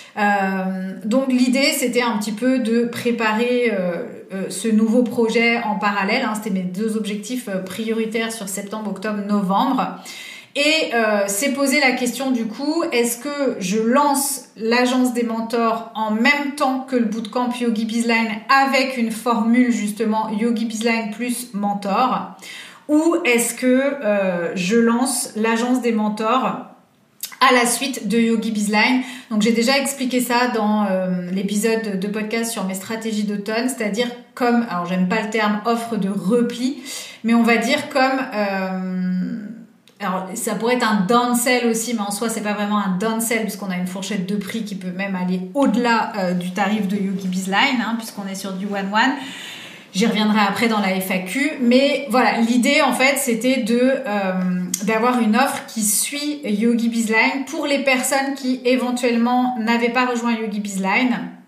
Euh, donc l'idée, c'était un petit peu de préparer euh, euh, ce nouveau projet en parallèle. Hein, c'était mes deux objectifs prioritaires sur septembre, octobre, novembre. Et euh, c'est poser la question du coup, est-ce que je lance l'agence des mentors en même temps que le bootcamp YogiBiz Line avec une formule justement YogiBiz Line plus mentor, ou est-ce que euh, je lance l'agence des mentors à la suite de YogiBiz Line. Donc j'ai déjà expliqué ça dans euh, l'épisode de podcast sur mes stratégies d'automne, c'est-à-dire comme, alors j'aime pas le terme offre de repli, mais on va dire comme... Euh, Alors, ça pourrait être un downsell aussi, mais en soi, c'est pas vraiment un downsell puisqu'on a une fourchette de prix qui peut même aller au-delà euh, du tarif de YogiBiz Line, hein, puisqu'on est sur du one-one. J'y reviendrai après dans la F A Q. Mais voilà, l'idée, en fait, c'était de euh, d'avoir une offre qui suit YogiBiz Line pour les personnes qui, éventuellement, n'avaient pas rejoint YogiBiz Line.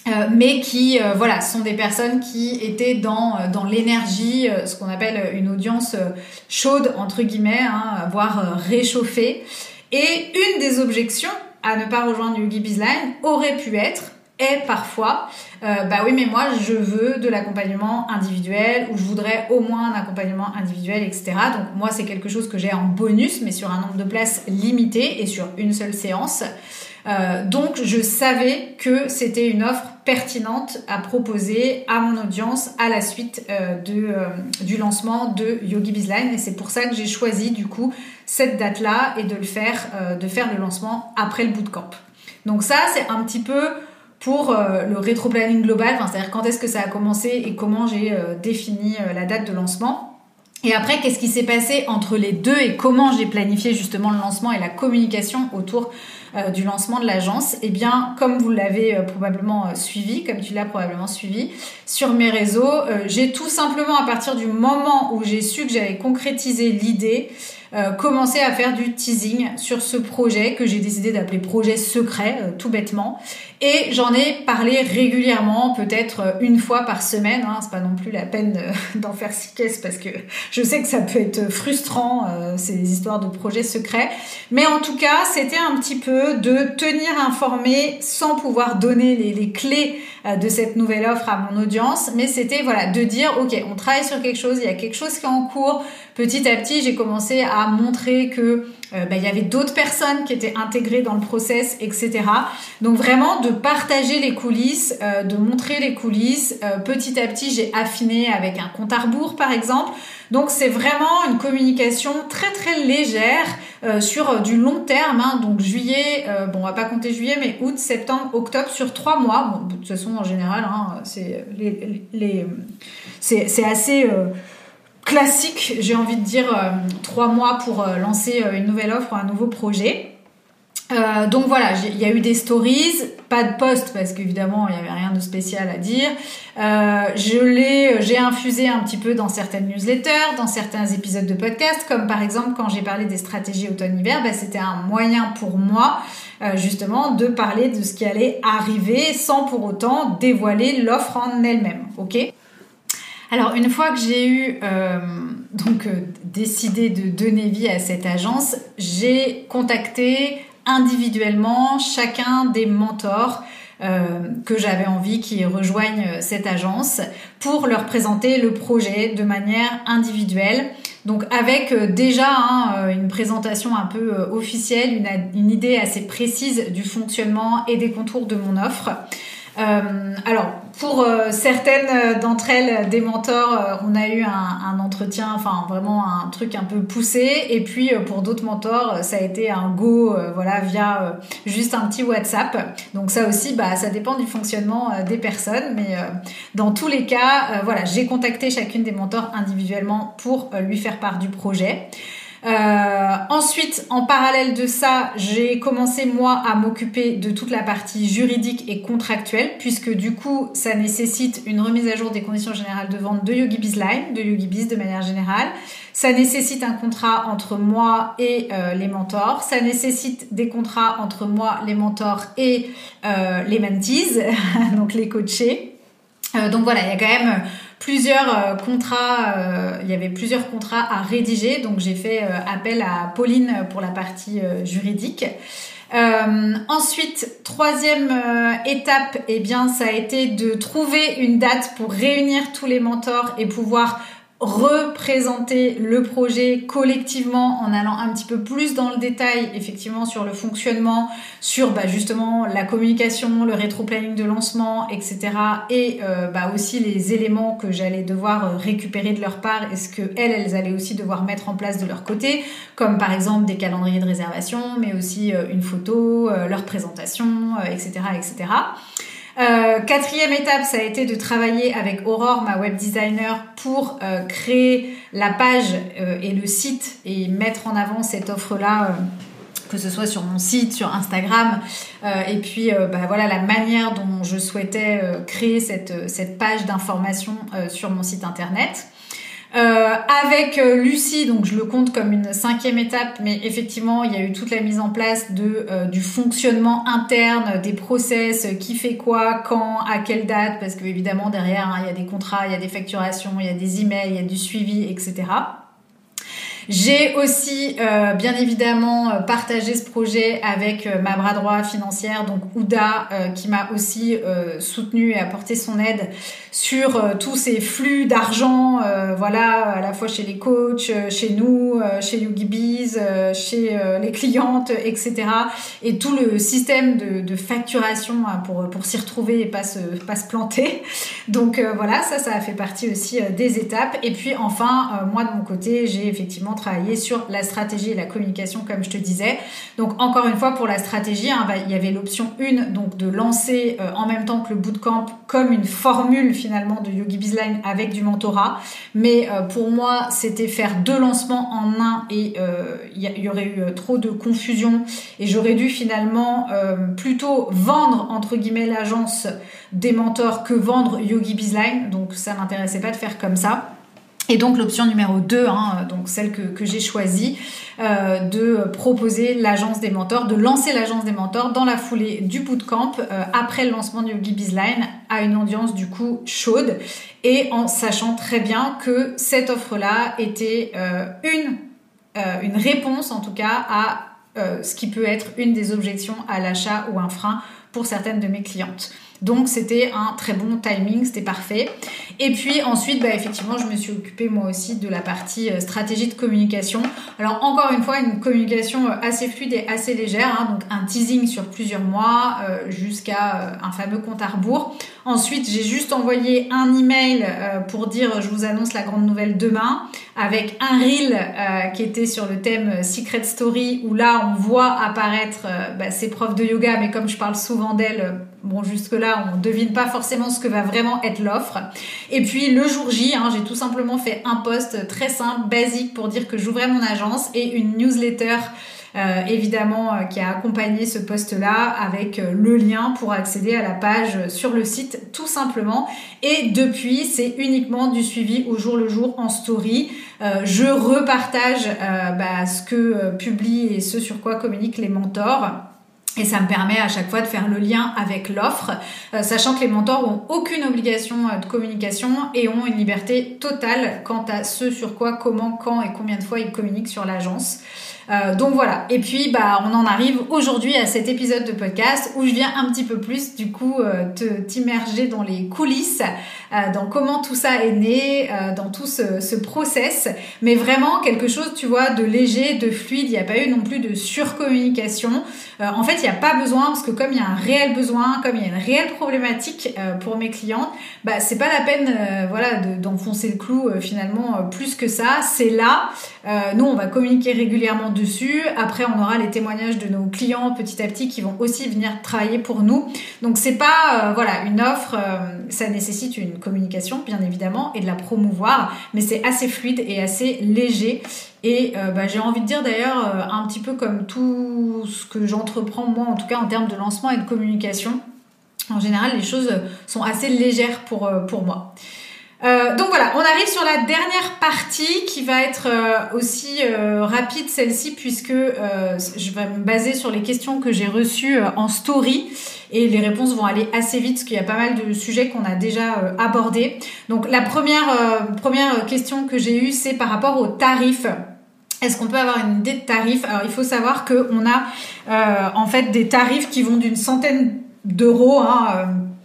Euh, mais qui euh, voilà sont des personnes qui étaient dans euh, dans l'énergie, euh, ce qu'on appelle une audience euh, chaude entre guillemets, hein, voire euh, réchauffée. Et une des objections à ne pas rejoindre Yogi Bizline aurait pu être et parfois euh, bah oui mais moi je veux de l'accompagnement individuel, ou je voudrais au moins un accompagnement individuel, etc. Donc moi c'est quelque chose que j'ai en bonus, mais sur un nombre de places limité et sur une seule séance. Euh, donc je savais que c'était une offre pertinente à proposer à mon audience à la suite euh, de, euh, du lancement de Yogi Bizline, et c'est pour ça que j'ai choisi du coup cette date-là et de le faire, euh, de faire le lancement après le bootcamp. Donc ça c'est un petit peu pour euh, le rétro-planning global, enfin, c'est-à-dire quand est-ce que ça a commencé et comment j'ai euh, défini euh, la date de lancement. Et après, qu'est-ce qui s'est passé entre les deux et comment j'ai planifié justement le lancement et la communication autour euh, du lancement de l'agence. Eh bien, comme vous l'avez euh, probablement euh, suivi, comme tu l'as probablement suivi sur mes réseaux, euh, j'ai tout simplement, à partir du moment où j'ai su que j'avais concrétisé l'idée, Euh, commencer à faire du teasing sur ce projet que j'ai décidé d'appeler projet secret, euh, tout bêtement. Et j'en ai parlé régulièrement, peut-être euh, une fois par semaine. Hein, c'est pas non plus la peine de, d'en faire six caisses parce que je sais que ça peut être frustrant, euh, ces histoires de projets secrets. Mais en tout cas, c'était un petit peu de tenir informé sans pouvoir donner les, les clés euh, de cette nouvelle offre à mon audience. Mais c'était voilà de dire, ok, on travaille sur quelque chose, il y a quelque chose qui est en cours. Petit à petit, j'ai commencé à montrer que euh, bah, il y avait d'autres personnes qui étaient intégrées dans le process, et cetera. Donc vraiment de partager les coulisses, euh, de montrer les coulisses. Euh, petit à petit, j'ai affiné avec un compte à rebours, par exemple. Donc c'est vraiment une communication très très légère euh, sur euh, du long terme. Hein. Donc juillet, euh, bon on va pas compter juillet, mais août, septembre, octobre, sur trois mois. Bon, de toute façon en général, hein, c'est les, les c'est c'est assez euh, classique, j'ai envie de dire, euh, trois mois pour euh, lancer euh, une nouvelle offre ou un nouveau projet. Euh, donc voilà, il y a eu des stories, pas de post parce qu'évidemment il n'y avait rien de spécial à dire. Euh, je l'ai, j'ai infusé un petit peu dans certaines newsletters, dans certains épisodes de podcast, comme par exemple quand j'ai parlé des stratégies automne-hiver, bah, c'était un moyen pour moi euh, justement de parler de ce qui allait arriver sans pour autant dévoiler l'offre en elle-même, ok ? Alors une fois que j'ai eu euh, donc euh, décidé de donner vie à cette agence, j'ai contacté individuellement chacun des mentors euh, que j'avais envie qu'ils rejoignent cette agence pour leur présenter le projet de manière individuelle. Donc avec euh, déjà hein, une présentation un peu euh, officielle, une, une idée assez précise du fonctionnement et des contours de mon offre. Euh, alors, pour euh, certaines d'entre elles, des mentors, euh, on a eu un, un entretien, enfin vraiment un truc un peu poussé. Et puis euh, pour d'autres mentors, ça a été un go, euh, voilà, via euh, juste un petit WhatsApp. Donc ça aussi, bah, ça dépend du fonctionnement euh, des personnes. Mais euh, dans tous les cas, euh, voilà, j'ai contacté chacune des mentors individuellement pour euh, lui faire part du projet. Euh, ensuite, en parallèle de ça, j'ai commencé moi à m'occuper de toute la partie juridique et contractuelle, puisque du coup, ça nécessite une remise à jour des conditions générales de vente de Yogi Bizline, de Yogi Biz de manière générale. Ça nécessite un contrat entre moi et euh, les mentors. Ça nécessite des contrats entre moi, les mentors et euh, les mentees, donc les coachés. Euh, donc voilà, il y a quand même plusieurs euh, contrats, euh, il y avait plusieurs contrats à rédiger, donc j'ai fait euh, appel à Pauline pour la partie euh, juridique. Euh, ensuite, troisième euh, étape, eh bien, ça a été de trouver une date pour réunir tous les mentors et pouvoir représenter le projet collectivement en allant un petit peu plus dans le détail effectivement sur le fonctionnement, sur bah, justement la communication, le rétro-planning de lancement, et cetera. Et euh, bah, aussi les éléments que j'allais devoir récupérer de leur part et ce que elles, elles allaient aussi devoir mettre en place de leur côté, comme par exemple des calendriers de réservation, mais aussi euh, une photo, euh, leur présentation, euh, et cetera, et cetera. Euh, quatrième étape, ça a été de travailler avec Aurore, ma web designer, pour euh, créer la page euh, et le site et mettre en avant cette offre-là, euh, que ce soit sur mon site, sur Instagram, euh, et puis euh, bah, voilà la manière dont je souhaitais euh, créer cette, cette page d'information euh, sur mon site internet. Euh, avec euh, Lucie, donc je le compte comme une cinquième étape, mais effectivement il y a eu toute la mise en place de euh, du fonctionnement interne, des process, euh, qui fait quoi, quand, à quelle date, parce que évidemment derrière hein, il y a des contrats, il y a des facturations, il y a des emails, il y a du suivi, et cetera. J'ai aussi euh, bien évidemment euh, partagé ce projet avec euh, ma bras droit financière, donc Ouda, euh, qui m'a aussi euh, soutenue et apporté son aide sur euh, tous ces flux d'argent, euh, voilà, à la fois chez les coachs, euh, chez nous, euh, chez YogiBiz, euh, chez euh, les clientes, et cetera. Et tout le système de, de facturation hein, pour pour s'y retrouver et pas se pas se planter. Donc euh, voilà, ça ça a fait partie aussi euh, des étapes. Et puis enfin, euh, moi de mon côté, j'ai effectivement travailler sur la stratégie et la communication comme je te disais. Donc encore une fois pour la stratégie, hein, bah, il y avait l'option un donc de lancer euh, en même temps que le bootcamp comme une formule finalement de YogiBizline avec du mentorat. Mais euh, pour moi c'était faire deux lancements en un et il euh, y, y aurait eu euh, trop de confusion et j'aurais dû finalement euh, plutôt vendre entre guillemets l'agence des mentors que vendre YogiBizline. Donc ça m'intéressait pas de faire comme ça. Et donc l'option numéro deux, hein, donc celle que, que j'ai choisie, euh, de proposer l'agence des mentors, de lancer l'agence des mentors dans la foulée du bootcamp euh, après le lancement du YogiBizline à une audience du coup chaude et en sachant très bien que cette offre-là était euh, une, euh, une réponse en tout cas à euh, ce qui peut être une des objections à l'achat ou un frein pour certaines de mes clientes. Donc c'était un très bon timing, c'était parfait. Et puis ensuite, bah, effectivement, je me suis occupée moi aussi de la partie euh, stratégie de communication. Alors encore une fois, une communication euh, assez fluide et assez légère, hein, donc un teasing sur plusieurs mois euh, jusqu'à euh, un fameux compte à rebours. Ensuite, j'ai juste envoyé un email euh, pour dire je vous annonce la grande nouvelle demain avec un reel euh, qui était sur le thème Secret Story où là on voit apparaître euh, bah, ces profs de yoga, mais comme je parle souvent d'elles, bon jusque-là on devine pas forcément ce que va vraiment être l'offre. Et puis le jour J, hein, j'ai tout simplement fait un post très simple, basique pour dire que j'ouvrais mon agence et une newsletter Euh, évidemment euh, qui a accompagné ce post-là avec euh, le lien pour accéder à la page sur le site tout simplement. Et depuis, c'est uniquement du suivi au jour le jour en story. Euh, je repartage euh, bah, ce que euh, publient et ce sur quoi communiquent les mentors. Et ça me permet à chaque fois de faire le lien avec l'offre, euh, sachant que les mentors ont aucune obligation euh, de communication et ont une liberté totale quant à ce sur quoi, comment, quand et combien de fois ils communiquent sur l'agence. Euh, donc voilà. Et puis bah on en arrive aujourd'hui à cet épisode de podcast où je viens un petit peu plus du coup euh, te t'immerger dans les coulisses, euh, dans comment tout ça est né, euh, dans tout ce, ce process, mais vraiment quelque chose tu vois de léger, de fluide. Il n'y a pas eu non plus de surcommunication. Euh, en fait il n'y a pas besoin parce que comme il y a un réel besoin, comme il y a une réelle problématique euh, pour mes clientes, bah c'est pas la peine euh, voilà de, d'enfoncer le clou euh, finalement euh, plus que ça. C'est là. Euh, nous on va communiquer régulièrement dessus. Après, on aura les témoignages de nos clients petit à petit qui vont aussi venir travailler pour nous. Donc, c'est pas euh, voilà une offre. Euh, ça nécessite une communication, bien évidemment, et de la promouvoir, mais c'est assez fluide et assez léger. Et euh, bah, j'ai envie de dire d'ailleurs euh, un petit peu comme tout ce que j'entreprends moi, en tout cas en termes de lancement et de communication. En général, les choses sont assez légères pour euh, pour moi. Euh, donc voilà, on arrive sur la dernière partie qui va être euh, aussi euh, rapide celle-ci puisque euh, je vais me baser sur les questions que j'ai reçues euh, en story et les réponses vont aller assez vite parce qu'il y a pas mal de sujets qu'on a déjà euh, abordés. Donc la première, euh, première question que j'ai eue c'est par rapport aux tarifs. Est-ce qu'on peut avoir une idée de tarifs? Alors il faut savoir qu'on a euh, en fait des tarifs qui vont d'une centaine d'euros hein, euh,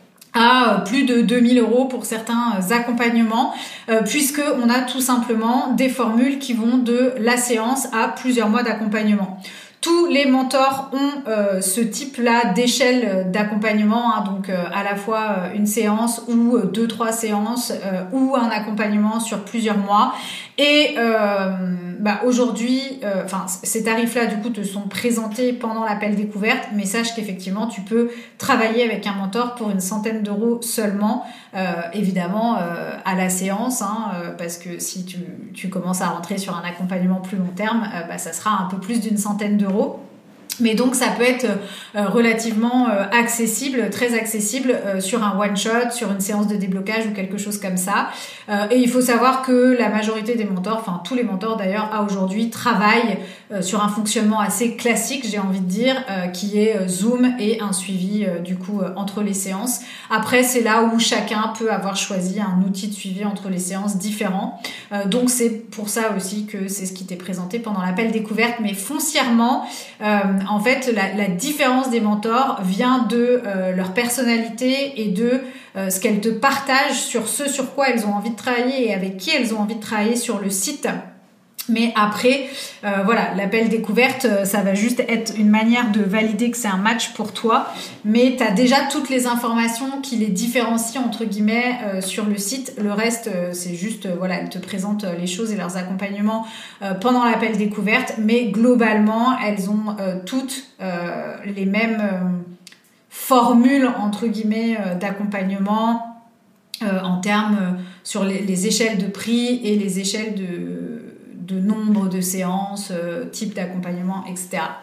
à plus de deux mille euros pour certains accompagnements, euh, puisque on a tout simplement des formules qui vont de la séance à plusieurs mois d'accompagnement. Tous les mentors ont euh, ce type-là d'échelle d'accompagnement, hein, donc euh, à la fois euh, une séance ou euh, deux, trois séances euh, ou un accompagnement sur plusieurs mois. Et euh, bah, aujourd'hui, enfin euh, ces tarifs-là du coup te sont présentés pendant l'appel découverte, mais sache qu'effectivement tu peux travailler avec un mentor pour une centaine d'euros seulement, euh, évidemment euh, à la séance, hein, euh, parce que si tu, tu commences à rentrer sur un accompagnement plus long terme, euh, bah, ça sera un peu plus d'une centaine d'euros. Mais donc ça peut être euh, relativement euh, accessible, très accessible euh, sur un one-shot, sur une séance de déblocage ou quelque chose comme ça. Euh, et il faut savoir que la majorité des mentors, enfin tous les mentors d'ailleurs à aujourd'hui, travaillent euh, sur un fonctionnement assez classique, j'ai envie de dire, euh, qui est euh, Zoom et un suivi euh, du coup euh, entre les séances. Après c'est là où chacun peut avoir choisi un outil de suivi entre les séances différent. Euh, donc c'est pour ça aussi que c'est ce qui t'est présenté pendant l'appel découverte, mais foncièrement, euh, en fait, la, la différence des mentors vient de euh, leur personnalité et de euh, ce qu'elles te partagent sur ce sur quoi elles ont envie de travailler et avec qui elles ont envie de travailler sur le site. Mais après, euh, voilà, l'appel découverte, ça va juste être une manière de valider que c'est un match pour toi. Mais tu as déjà toutes les informations qui les différencient, entre guillemets, euh, sur le site. Le reste, euh, c'est juste, euh, voilà, elles te présentent les choses et leurs accompagnements euh, pendant l'appel découverte. Mais globalement, elles ont euh, toutes euh, les mêmes euh, formules, entre guillemets, euh, d'accompagnement euh, en termes euh, sur les, les échelles de prix et les échelles de... de nombre de séances, euh, type d'accompagnement, et cetera.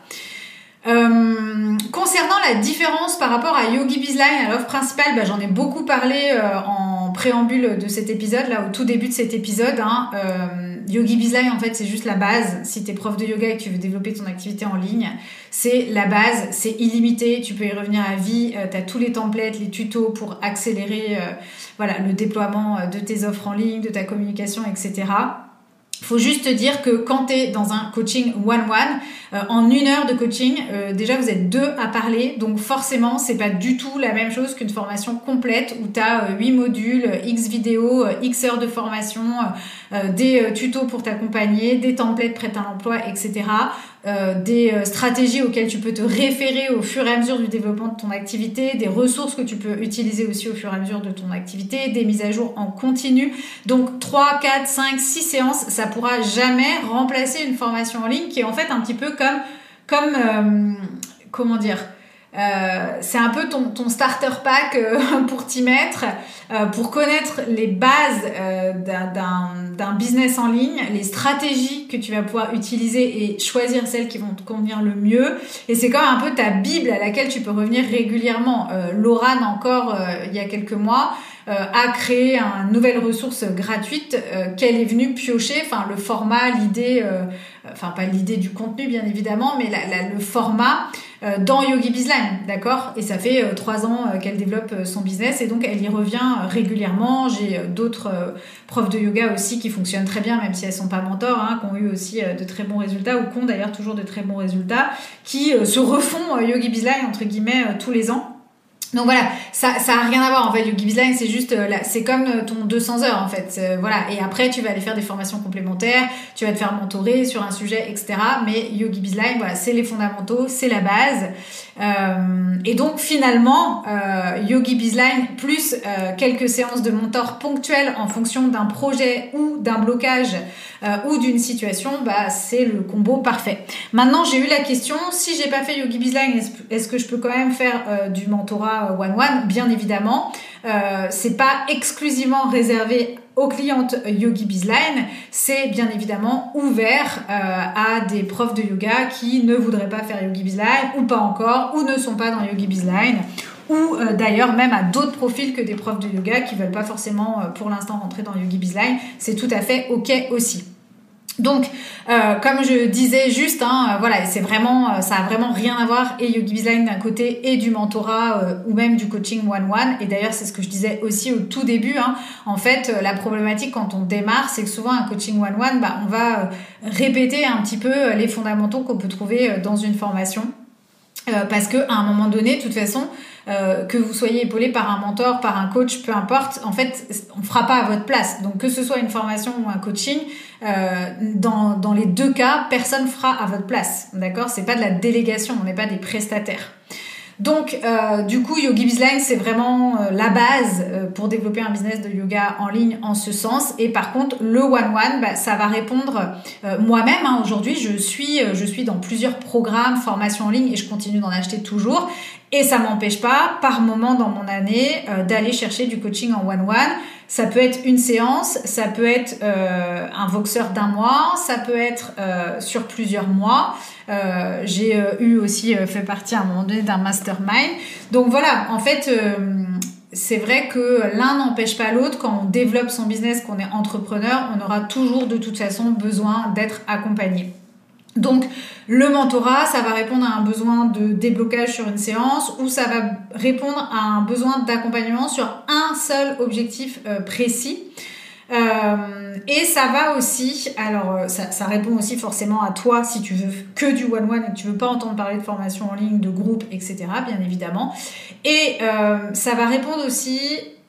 Euh, concernant la différence par rapport à Yogi Bizline, à l'offre principale, bah, j'en ai beaucoup parlé euh, en préambule de cet épisode, là au tout début de cet épisode. Hein. Euh, Yogi Bizline, en fait, c'est juste la base. Si tu es prof de yoga et que tu veux développer ton activité en ligne, c'est la base, c'est illimité, tu peux y revenir à vie, euh, tu as tous les templates, les tutos pour accélérer euh, voilà, le déploiement de tes offres en ligne, de ta communication, et cetera. Faut juste te dire que quand tu es dans un coaching one-one, euh, en une heure de coaching, euh, déjà vous êtes deux à parler, donc forcément c'est pas du tout la même chose qu'une formation complète où tu as huit modules, X vidéos, X heures de formation, euh, des euh, tutos pour t'accompagner, des templates prêts à l'emploi, et cetera. Euh, des euh, stratégies auxquelles tu peux te référer au fur et à mesure du développement de ton activité, des ressources que tu peux utiliser aussi au fur et à mesure de ton activité, des mises à jour en continu. Donc trois, quatre, cinq, six séances, ça pourra jamais remplacer une formation en ligne qui est en fait un petit peu comme, comme euh, comment dire, Euh, c'est un peu ton, ton starter pack euh, pour t'y mettre, euh, pour connaître les bases euh, d'un, d'un, d'un business en ligne, les stratégies que tu vas pouvoir utiliser et choisir celles qui vont te convenir le mieux. Et c'est comme un peu ta bible à laquelle tu peux revenir régulièrement. Euh, Laurane, encore euh, il y a quelques mois, euh, a créé une nouvelle ressource gratuite euh, qu'elle est venue piocher, enfin le format, l'idée, euh, enfin pas l'idée du contenu bien évidemment, mais la, la, le format euh, dans Yogi Bizline, d'accord ? Et ça fait euh, trois ans euh, qu'elle développe euh, son business et donc elle y revient euh, régulièrement. J'ai euh, d'autres euh, profs de yoga aussi qui fonctionnent très bien, même si elles sont pas mentors, hein, qui ont eu aussi euh, de très bons résultats ou qui ont d'ailleurs toujours de très bons résultats, qui euh, se refont euh, Yogi Bizline entre guillemets euh, tous les ans. Donc voilà, ça ça a rien à voir en fait. Yogi Bizline, c'est juste euh, là, c'est comme euh, ton deux cents heures en fait. Euh, voilà, et après tu vas aller faire des formations complémentaires, tu vas te faire mentorer sur un sujet, et cetera. Mais Yogi Bizline, voilà, c'est les fondamentaux, c'est la base. Euh, et donc finalement, euh, Yogi Bizline plus euh, quelques séances de mentor ponctuelles en fonction d'un projet ou d'un blocage euh, ou d'une situation, bah c'est le combo parfait. Maintenant, j'ai eu la question, si j'ai pas fait Yogi Bizline, est-ce, est-ce que je peux quand même faire euh, du mentorat one-one ? Bien évidemment, euh, c'est pas exclusivement réservé aux clientes Yogi Bizline, c'est bien évidemment ouvert euh, à des profs de yoga qui ne voudraient pas faire Yogi Bizline ou pas encore, ou ne sont pas dans Yogi Bizline, ou euh, d'ailleurs même à d'autres profils que des profs de yoga qui veulent pas forcément euh, pour l'instant rentrer dans Yogi Bizline, c'est tout à fait ok aussi. Donc, euh, comme je disais juste, hein, euh, voilà, c'est vraiment, euh, ça a vraiment rien à voir et Yogi Bizline d'un côté et du mentorat euh, ou même du coaching one-one. Et d'ailleurs, c'est ce que je disais aussi au tout début. Hein. En fait, euh, la problématique quand on démarre, c'est que souvent un coaching one-one, bah, on va euh, répéter un petit peu euh, les fondamentaux qu'on peut trouver euh, dans une formation. Euh, parce que à un moment donné, de toute façon, euh, que vous soyez épaulé par un mentor, par un coach, peu importe, en fait, on fera pas à votre place. Donc que ce soit une formation ou un coaching, euh, dans dans les deux cas, personne fera à votre place. D'accord ? C'est pas de la délégation, on n'est pas des prestataires. Donc, euh, du coup, Yogi Bizline, c'est vraiment euh, la base euh, pour développer un business de yoga en ligne en ce sens. Et par contre, le one-one, bah, ça va répondre euh, moi-même. Hein, aujourd'hui, je suis, euh, je suis dans plusieurs programmes, formations en ligne et je continue d'en acheter toujours. Et ça m'empêche pas, par moment dans mon année, euh, d'aller chercher du coaching en one-one. Ça peut être une séance, ça peut être euh, un Voxer d'un mois, ça peut être euh, sur plusieurs mois. Euh, j'ai euh, eu aussi euh, fait partie à un moment donné d'un mastermind. Donc voilà, en fait, euh, c'est vrai que l'un n'empêche pas l'autre. Quand on développe son business, qu'on est entrepreneur, on aura toujours de toute façon besoin d'être accompagné. Donc, le mentorat, ça va répondre à un besoin de déblocage sur une séance ou ça va répondre à un besoin d'accompagnement sur un seul objectif euh, précis. Euh, et ça va aussi, alors ça, ça répond aussi forcément à toi si tu veux que du one-one et que tu veux pas entendre parler de formation en ligne, de groupe, et cetera, bien évidemment. Et euh, ça va répondre aussi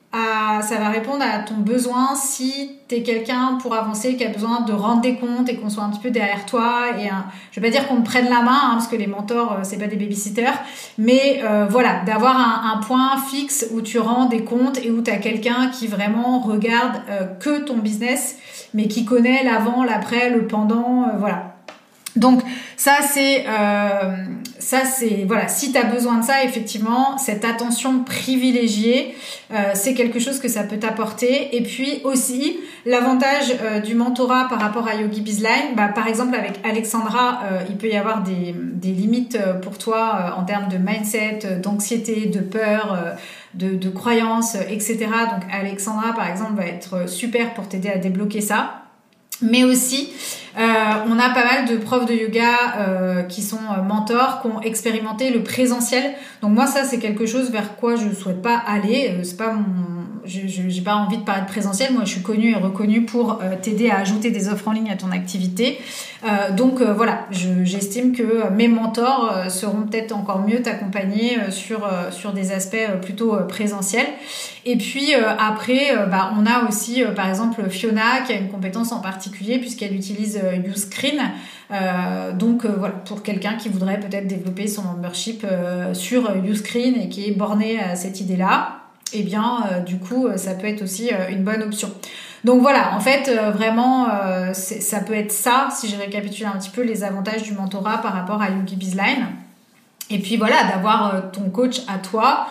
à, ça va répondre à ton besoin si tu es quelqu'un pour avancer qui a besoin de rendre des comptes et qu'on soit un petit peu derrière toi. Et un, je vais pas dire qu'on te prenne la main, hein, parce que les mentors, c'est pas des babysitters, mais euh, voilà, d'avoir un, un point fixe où tu rends des comptes et où tu as quelqu'un qui vraiment regarde euh, que ton business, mais qui connaît l'avant, l'après, le pendant, euh, voilà. Donc ça c'est euh, ça c'est voilà, si tu as besoin de ça, effectivement, cette attention privilégiée, euh, c'est quelque chose que ça peut t'apporter. Et puis aussi l'avantage euh, du mentorat par rapport à Yogi Bizline, bah, par exemple avec Alexandra, euh, il peut y avoir des, des limites pour toi euh, en termes de mindset, d'anxiété, de peur, euh, de, de croyances, et cetera. Donc Alexandra par exemple va être super pour t'aider à débloquer ça. Mais aussi, euh, on a pas mal de profs de yoga euh, qui sont euh, mentors, qui ont expérimenté le présentiel. Donc moi, ça, c'est quelque chose vers quoi je ne souhaite pas aller. Euh, c'est pas mon... je, je, j'ai pas envie de parler de présentiel. Moi, je suis connue et reconnue pour euh, t'aider à ajouter des offres en ligne à ton activité. Euh, donc euh, voilà, je, j'estime que mes mentors euh, seront peut-être encore mieux t'accompagner euh, sur, euh, sur des aspects euh, plutôt euh, présentiels. Et puis euh, après, euh, bah, on a aussi, euh, par exemple, Fiona qui a une compétence en particulier puisqu'elle utilise euh, Uscreen. Euh, donc euh, voilà, pour quelqu'un qui voudrait peut-être développer son membership euh, sur euh, Uscreen et qui est borné à cette idée-là, eh bien, euh, du coup, euh, ça peut être aussi euh, une bonne option. Donc voilà, en fait, euh, vraiment, euh, c'est, ça peut être ça, si je récapitule un petit peu les avantages du mentorat par rapport à Yogi Bizline. Et puis voilà, d'avoir euh, ton coach à toi,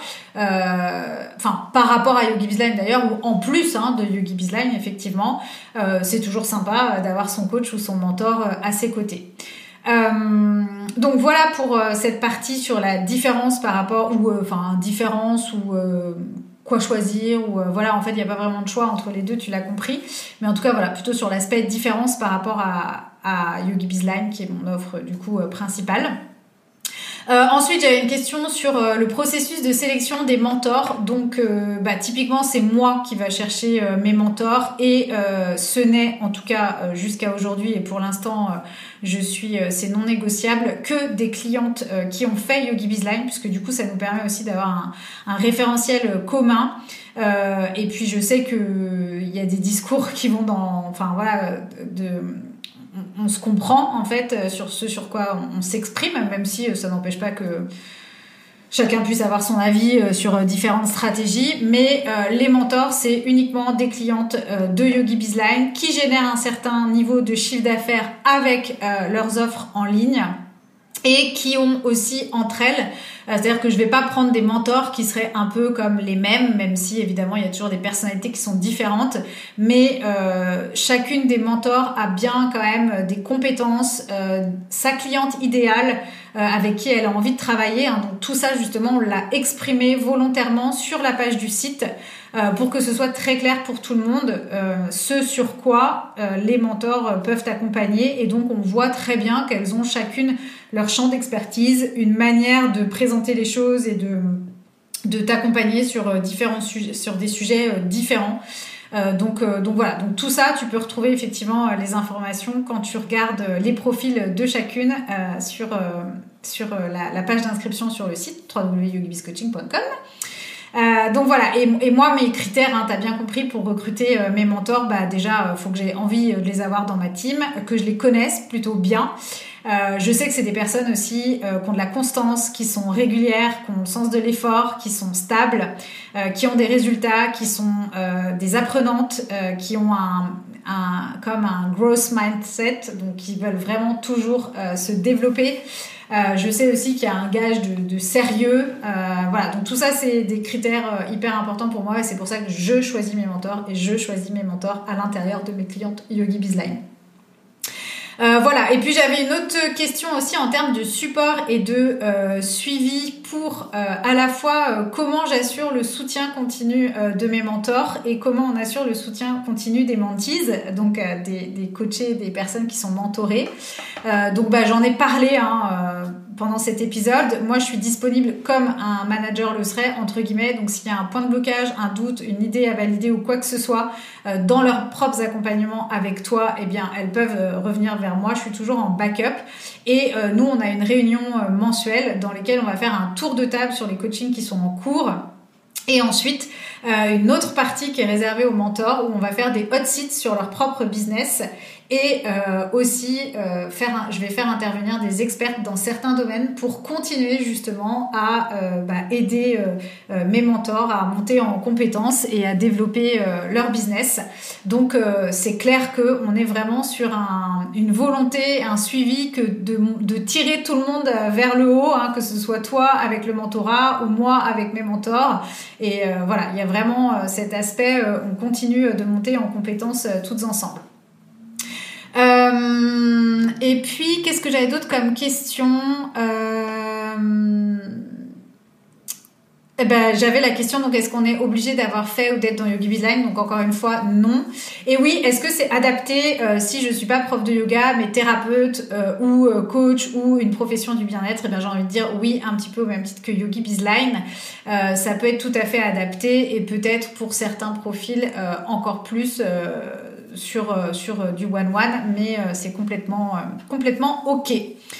euh, enfin par rapport à Yogi Bizline d'ailleurs, ou en plus hein, de Yogi Bizline, effectivement, euh, c'est toujours sympa euh, d'avoir son coach ou son mentor euh, à ses côtés. Euh, donc voilà pour euh, cette partie sur la différence par rapport, ou enfin euh, différence ou euh, quoi choisir, ou euh, voilà, en fait il n'y a pas vraiment de choix entre les deux, tu l'as compris, mais en tout cas voilà, plutôt sur l'aspect différence par rapport à, à Yogi Bizline qui est mon offre du coup euh, principale. Euh, ensuite, j'avais une question sur euh, le processus de sélection des mentors. Donc, euh, bah, typiquement, c'est moi qui va chercher euh, mes mentors et euh, ce n'est, en tout cas euh, jusqu'à aujourd'hui et pour l'instant, euh, je suis, euh, c'est non négociable, que des clientes euh, qui ont fait Yogi Bizline, puisque du coup, ça nous permet aussi d'avoir un, un référentiel commun. Euh, et puis, je sais que il y a des discours qui vont dans, enfin voilà, de on se comprend en fait sur ce sur quoi on, on s'exprime, même si ça n'empêche pas que chacun puisse avoir son avis sur différentes stratégies, mais euh, les mentors, c'est uniquement des clientes euh, de Yogi Bizline qui génèrent un certain niveau de chiffre d'affaires avec euh, leurs offres en ligne et qui ont aussi entre elles, euh, c'est-à-dire que je vais pas prendre des mentors qui seraient un peu comme les mêmes, même si évidemment il y a toujours des personnalités qui sont différentes, mais euh, chacune des mentors a bien quand même des compétences, euh, sa cliente idéale euh, avec qui elle a envie de travailler, hein. Donc tout ça justement on l'a exprimé volontairement sur la page du site euh, pour que ce soit très clair pour tout le monde, euh, ce sur quoi euh, les mentors peuvent t'accompagner, et donc on voit très bien qu'elles ont chacune leur champ d'expertise, une manière de présenter les choses et de, de t'accompagner sur, différents sujets, sur des sujets différents. Euh, donc, euh, donc voilà, donc tout ça, tu peux retrouver effectivement euh, les informations quand tu regardes euh, les profils de chacune euh, sur, euh, sur euh, la, la page d'inscription sur le site w w w point yogi biz coaching point com. Euh, donc voilà, et, et moi mes critères, hein, t'as bien compris, pour recruter euh, mes mentors, bah déjà euh, faut que j'ai envie de les avoir dans ma team, que je les connaisse plutôt bien. Euh, je sais que c'est des personnes aussi euh, qui ont de la constance, qui sont régulières, qui ont le sens de l'effort, qui sont stables, euh, qui ont des résultats, qui sont euh, des apprenantes, euh, qui ont un, un, comme un growth mindset, donc ils veulent vraiment toujours euh, se développer. Euh, je sais aussi qu'il y a un gage de, de sérieux. Euh, voilà, donc tout ça, c'est des critères euh, hyper importants pour moi et c'est pour ça que je choisis mes mentors et je choisis mes mentors à l'intérieur de mes clientes YogiBizline. Euh, voilà, et puis j'avais une autre question aussi en termes de support et de euh, suivi pour euh, à la fois euh, comment j'assure le soutien continu euh, de mes mentors et comment on assure le soutien continu des mentees, donc euh, des, des coachés, des personnes qui sont mentorées. Euh, donc bah, j'en ai parlé hein, euh, pendant cet épisode. Moi je suis disponible comme un manager le serait, entre guillemets, donc s'il y a un point de blocage, un doute, une idée à valider ou quoi que ce soit euh, dans leurs propres accompagnements avec toi, eh bien elles peuvent euh, revenir vers moi, je suis toujours en backup et euh, nous on a une réunion euh, mensuelle dans laquelle on va faire un tour de table sur les coachings qui sont en cours et ensuite euh, une autre partie qui est réservée aux mentors où on va faire des hot seats sur leur propre business et euh, aussi euh, faire un, je vais faire intervenir des experts dans certains domaines pour continuer justement à euh, bah, aider euh, euh, mes mentors à monter en compétences et à développer euh, leur business. Donc euh, c'est clair qu'on est vraiment sur un, une volonté, un suivi que de, de tirer tout le monde vers le haut, hein, que ce soit toi avec le mentorat ou moi avec mes mentors. Et euh, voilà, il y a vraiment euh, cet aspect, euh, on continue de monter en compétences euh, toutes ensemble. Euh, et puis, qu'est-ce que j'avais d'autre comme question euh, eh ben, j'avais la question, donc est-ce qu'on est obligé d'avoir fait ou d'être dans YogiBizline? Donc encore une fois, non. Et oui, est-ce que c'est adapté euh, si je suis pas prof de yoga, mais thérapeute euh, ou euh, coach ou une profession du bien-être? Eh bien, j'ai envie de dire oui, un petit peu au même titre que YogiBizline. Euh, ça peut être tout à fait adapté et peut-être pour certains profils euh, encore plus euh, sur, euh, sur euh, du one-one, mais euh, c'est complètement, euh, complètement OK.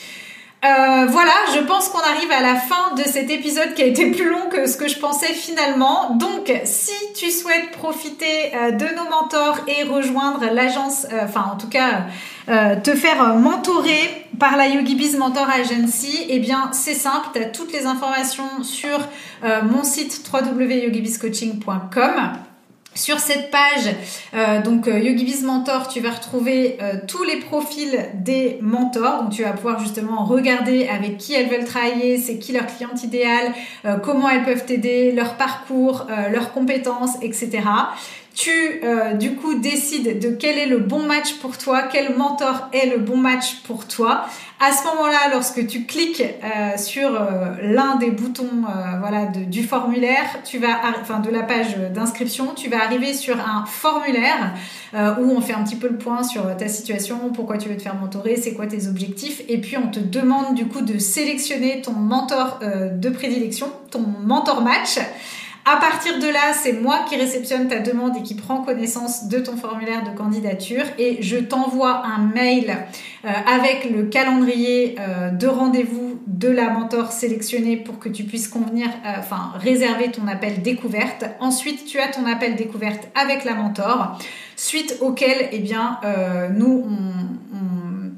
Euh, voilà, je pense qu'on arrive à la fin de cet épisode qui a été plus long que ce que je pensais finalement. Donc, si tu souhaites profiter euh, de nos mentors et rejoindre l'agence, euh, enfin en tout cas euh, te faire mentorer par la YogiBiz Mentor Agency, eh bien c'est simple, tu as toutes les informations sur euh, mon site w w w point yogibizcoaching point com. Sur cette page, euh, donc euh, YogiBiz Mentor, tu vas retrouver euh, tous les profils des mentors. Donc tu vas pouvoir justement regarder avec qui elles veulent travailler, c'est qui leur cliente idéale, euh, comment elles peuvent t'aider, leur parcours, euh, leurs compétences, et cetera. Tu, euh, du coup, décides de quel est le bon match pour toi, quel mentor est le bon match pour toi. À ce moment-là, lorsque tu cliques euh, sur euh, l'un des boutons euh, voilà, de, du formulaire, tu vas, enfin de la page d'inscription, tu vas arriver sur un formulaire euh, où on fait un petit peu le point sur ta situation, pourquoi tu veux te faire mentorer, c'est quoi tes objectifs, et puis on te demande du coup de sélectionner ton mentor euh, de prédilection, ton mentor match. À partir de là, c'est moi qui réceptionne ta demande et qui prend connaissance de ton formulaire de candidature et je t'envoie un mail euh, avec le calendrier euh, de rendez-vous de la mentor sélectionnée pour que tu puisses convenir, euh, enfin réserver ton appel découverte. Ensuite, tu as ton appel découverte avec la mentor, suite auquel, eh bien, euh, nous on, on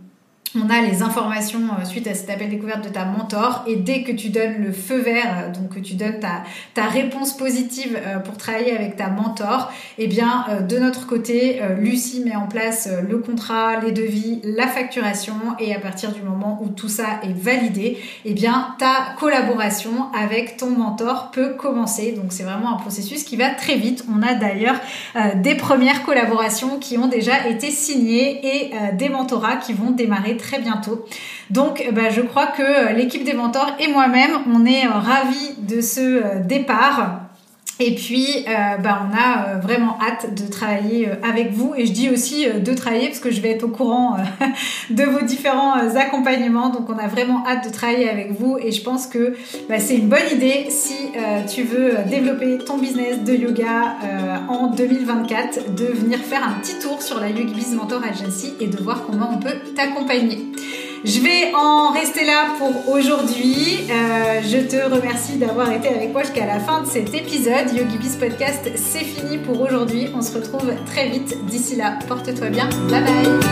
On a les informations suite à cet appel découverte de ta mentor et dès que tu donnes le feu vert, donc que tu donnes ta, ta réponse positive pour travailler avec ta mentor, eh bien de notre côté, Lucie met en place le contrat, les devis, la facturation et à partir du moment où tout ça est validé, eh bien ta collaboration avec ton mentor peut commencer. Donc c'est vraiment un processus qui va très vite. On a d'ailleurs euh, des premières collaborations qui ont déjà été signées et euh, des mentorats qui vont démarrer très bientôt. Donc bah, je crois que l'équipe des mentors et moi-même, on est ravis de ce départ. Et puis, euh, bah, on a euh, vraiment hâte de travailler euh, avec vous. Et je dis aussi euh, de travailler parce que je vais être au courant euh, de vos différents euh, accompagnements. Donc, on a vraiment hâte de travailler avec vous. Et je pense que bah, c'est une bonne idée si euh, tu veux développer ton business de yoga euh, en deux mille vingt-quatre, de venir faire un petit tour sur la YogiBiz Mentor Agency et de voir comment on peut t'accompagner. Je vais en rester là pour aujourd'hui. Euh, je te remercie d'avoir été avec moi jusqu'à la fin de cet épisode. YogiBiz Podcast, c'est fini pour aujourd'hui. On se retrouve très vite. D'ici là, porte-toi bien. Bye bye.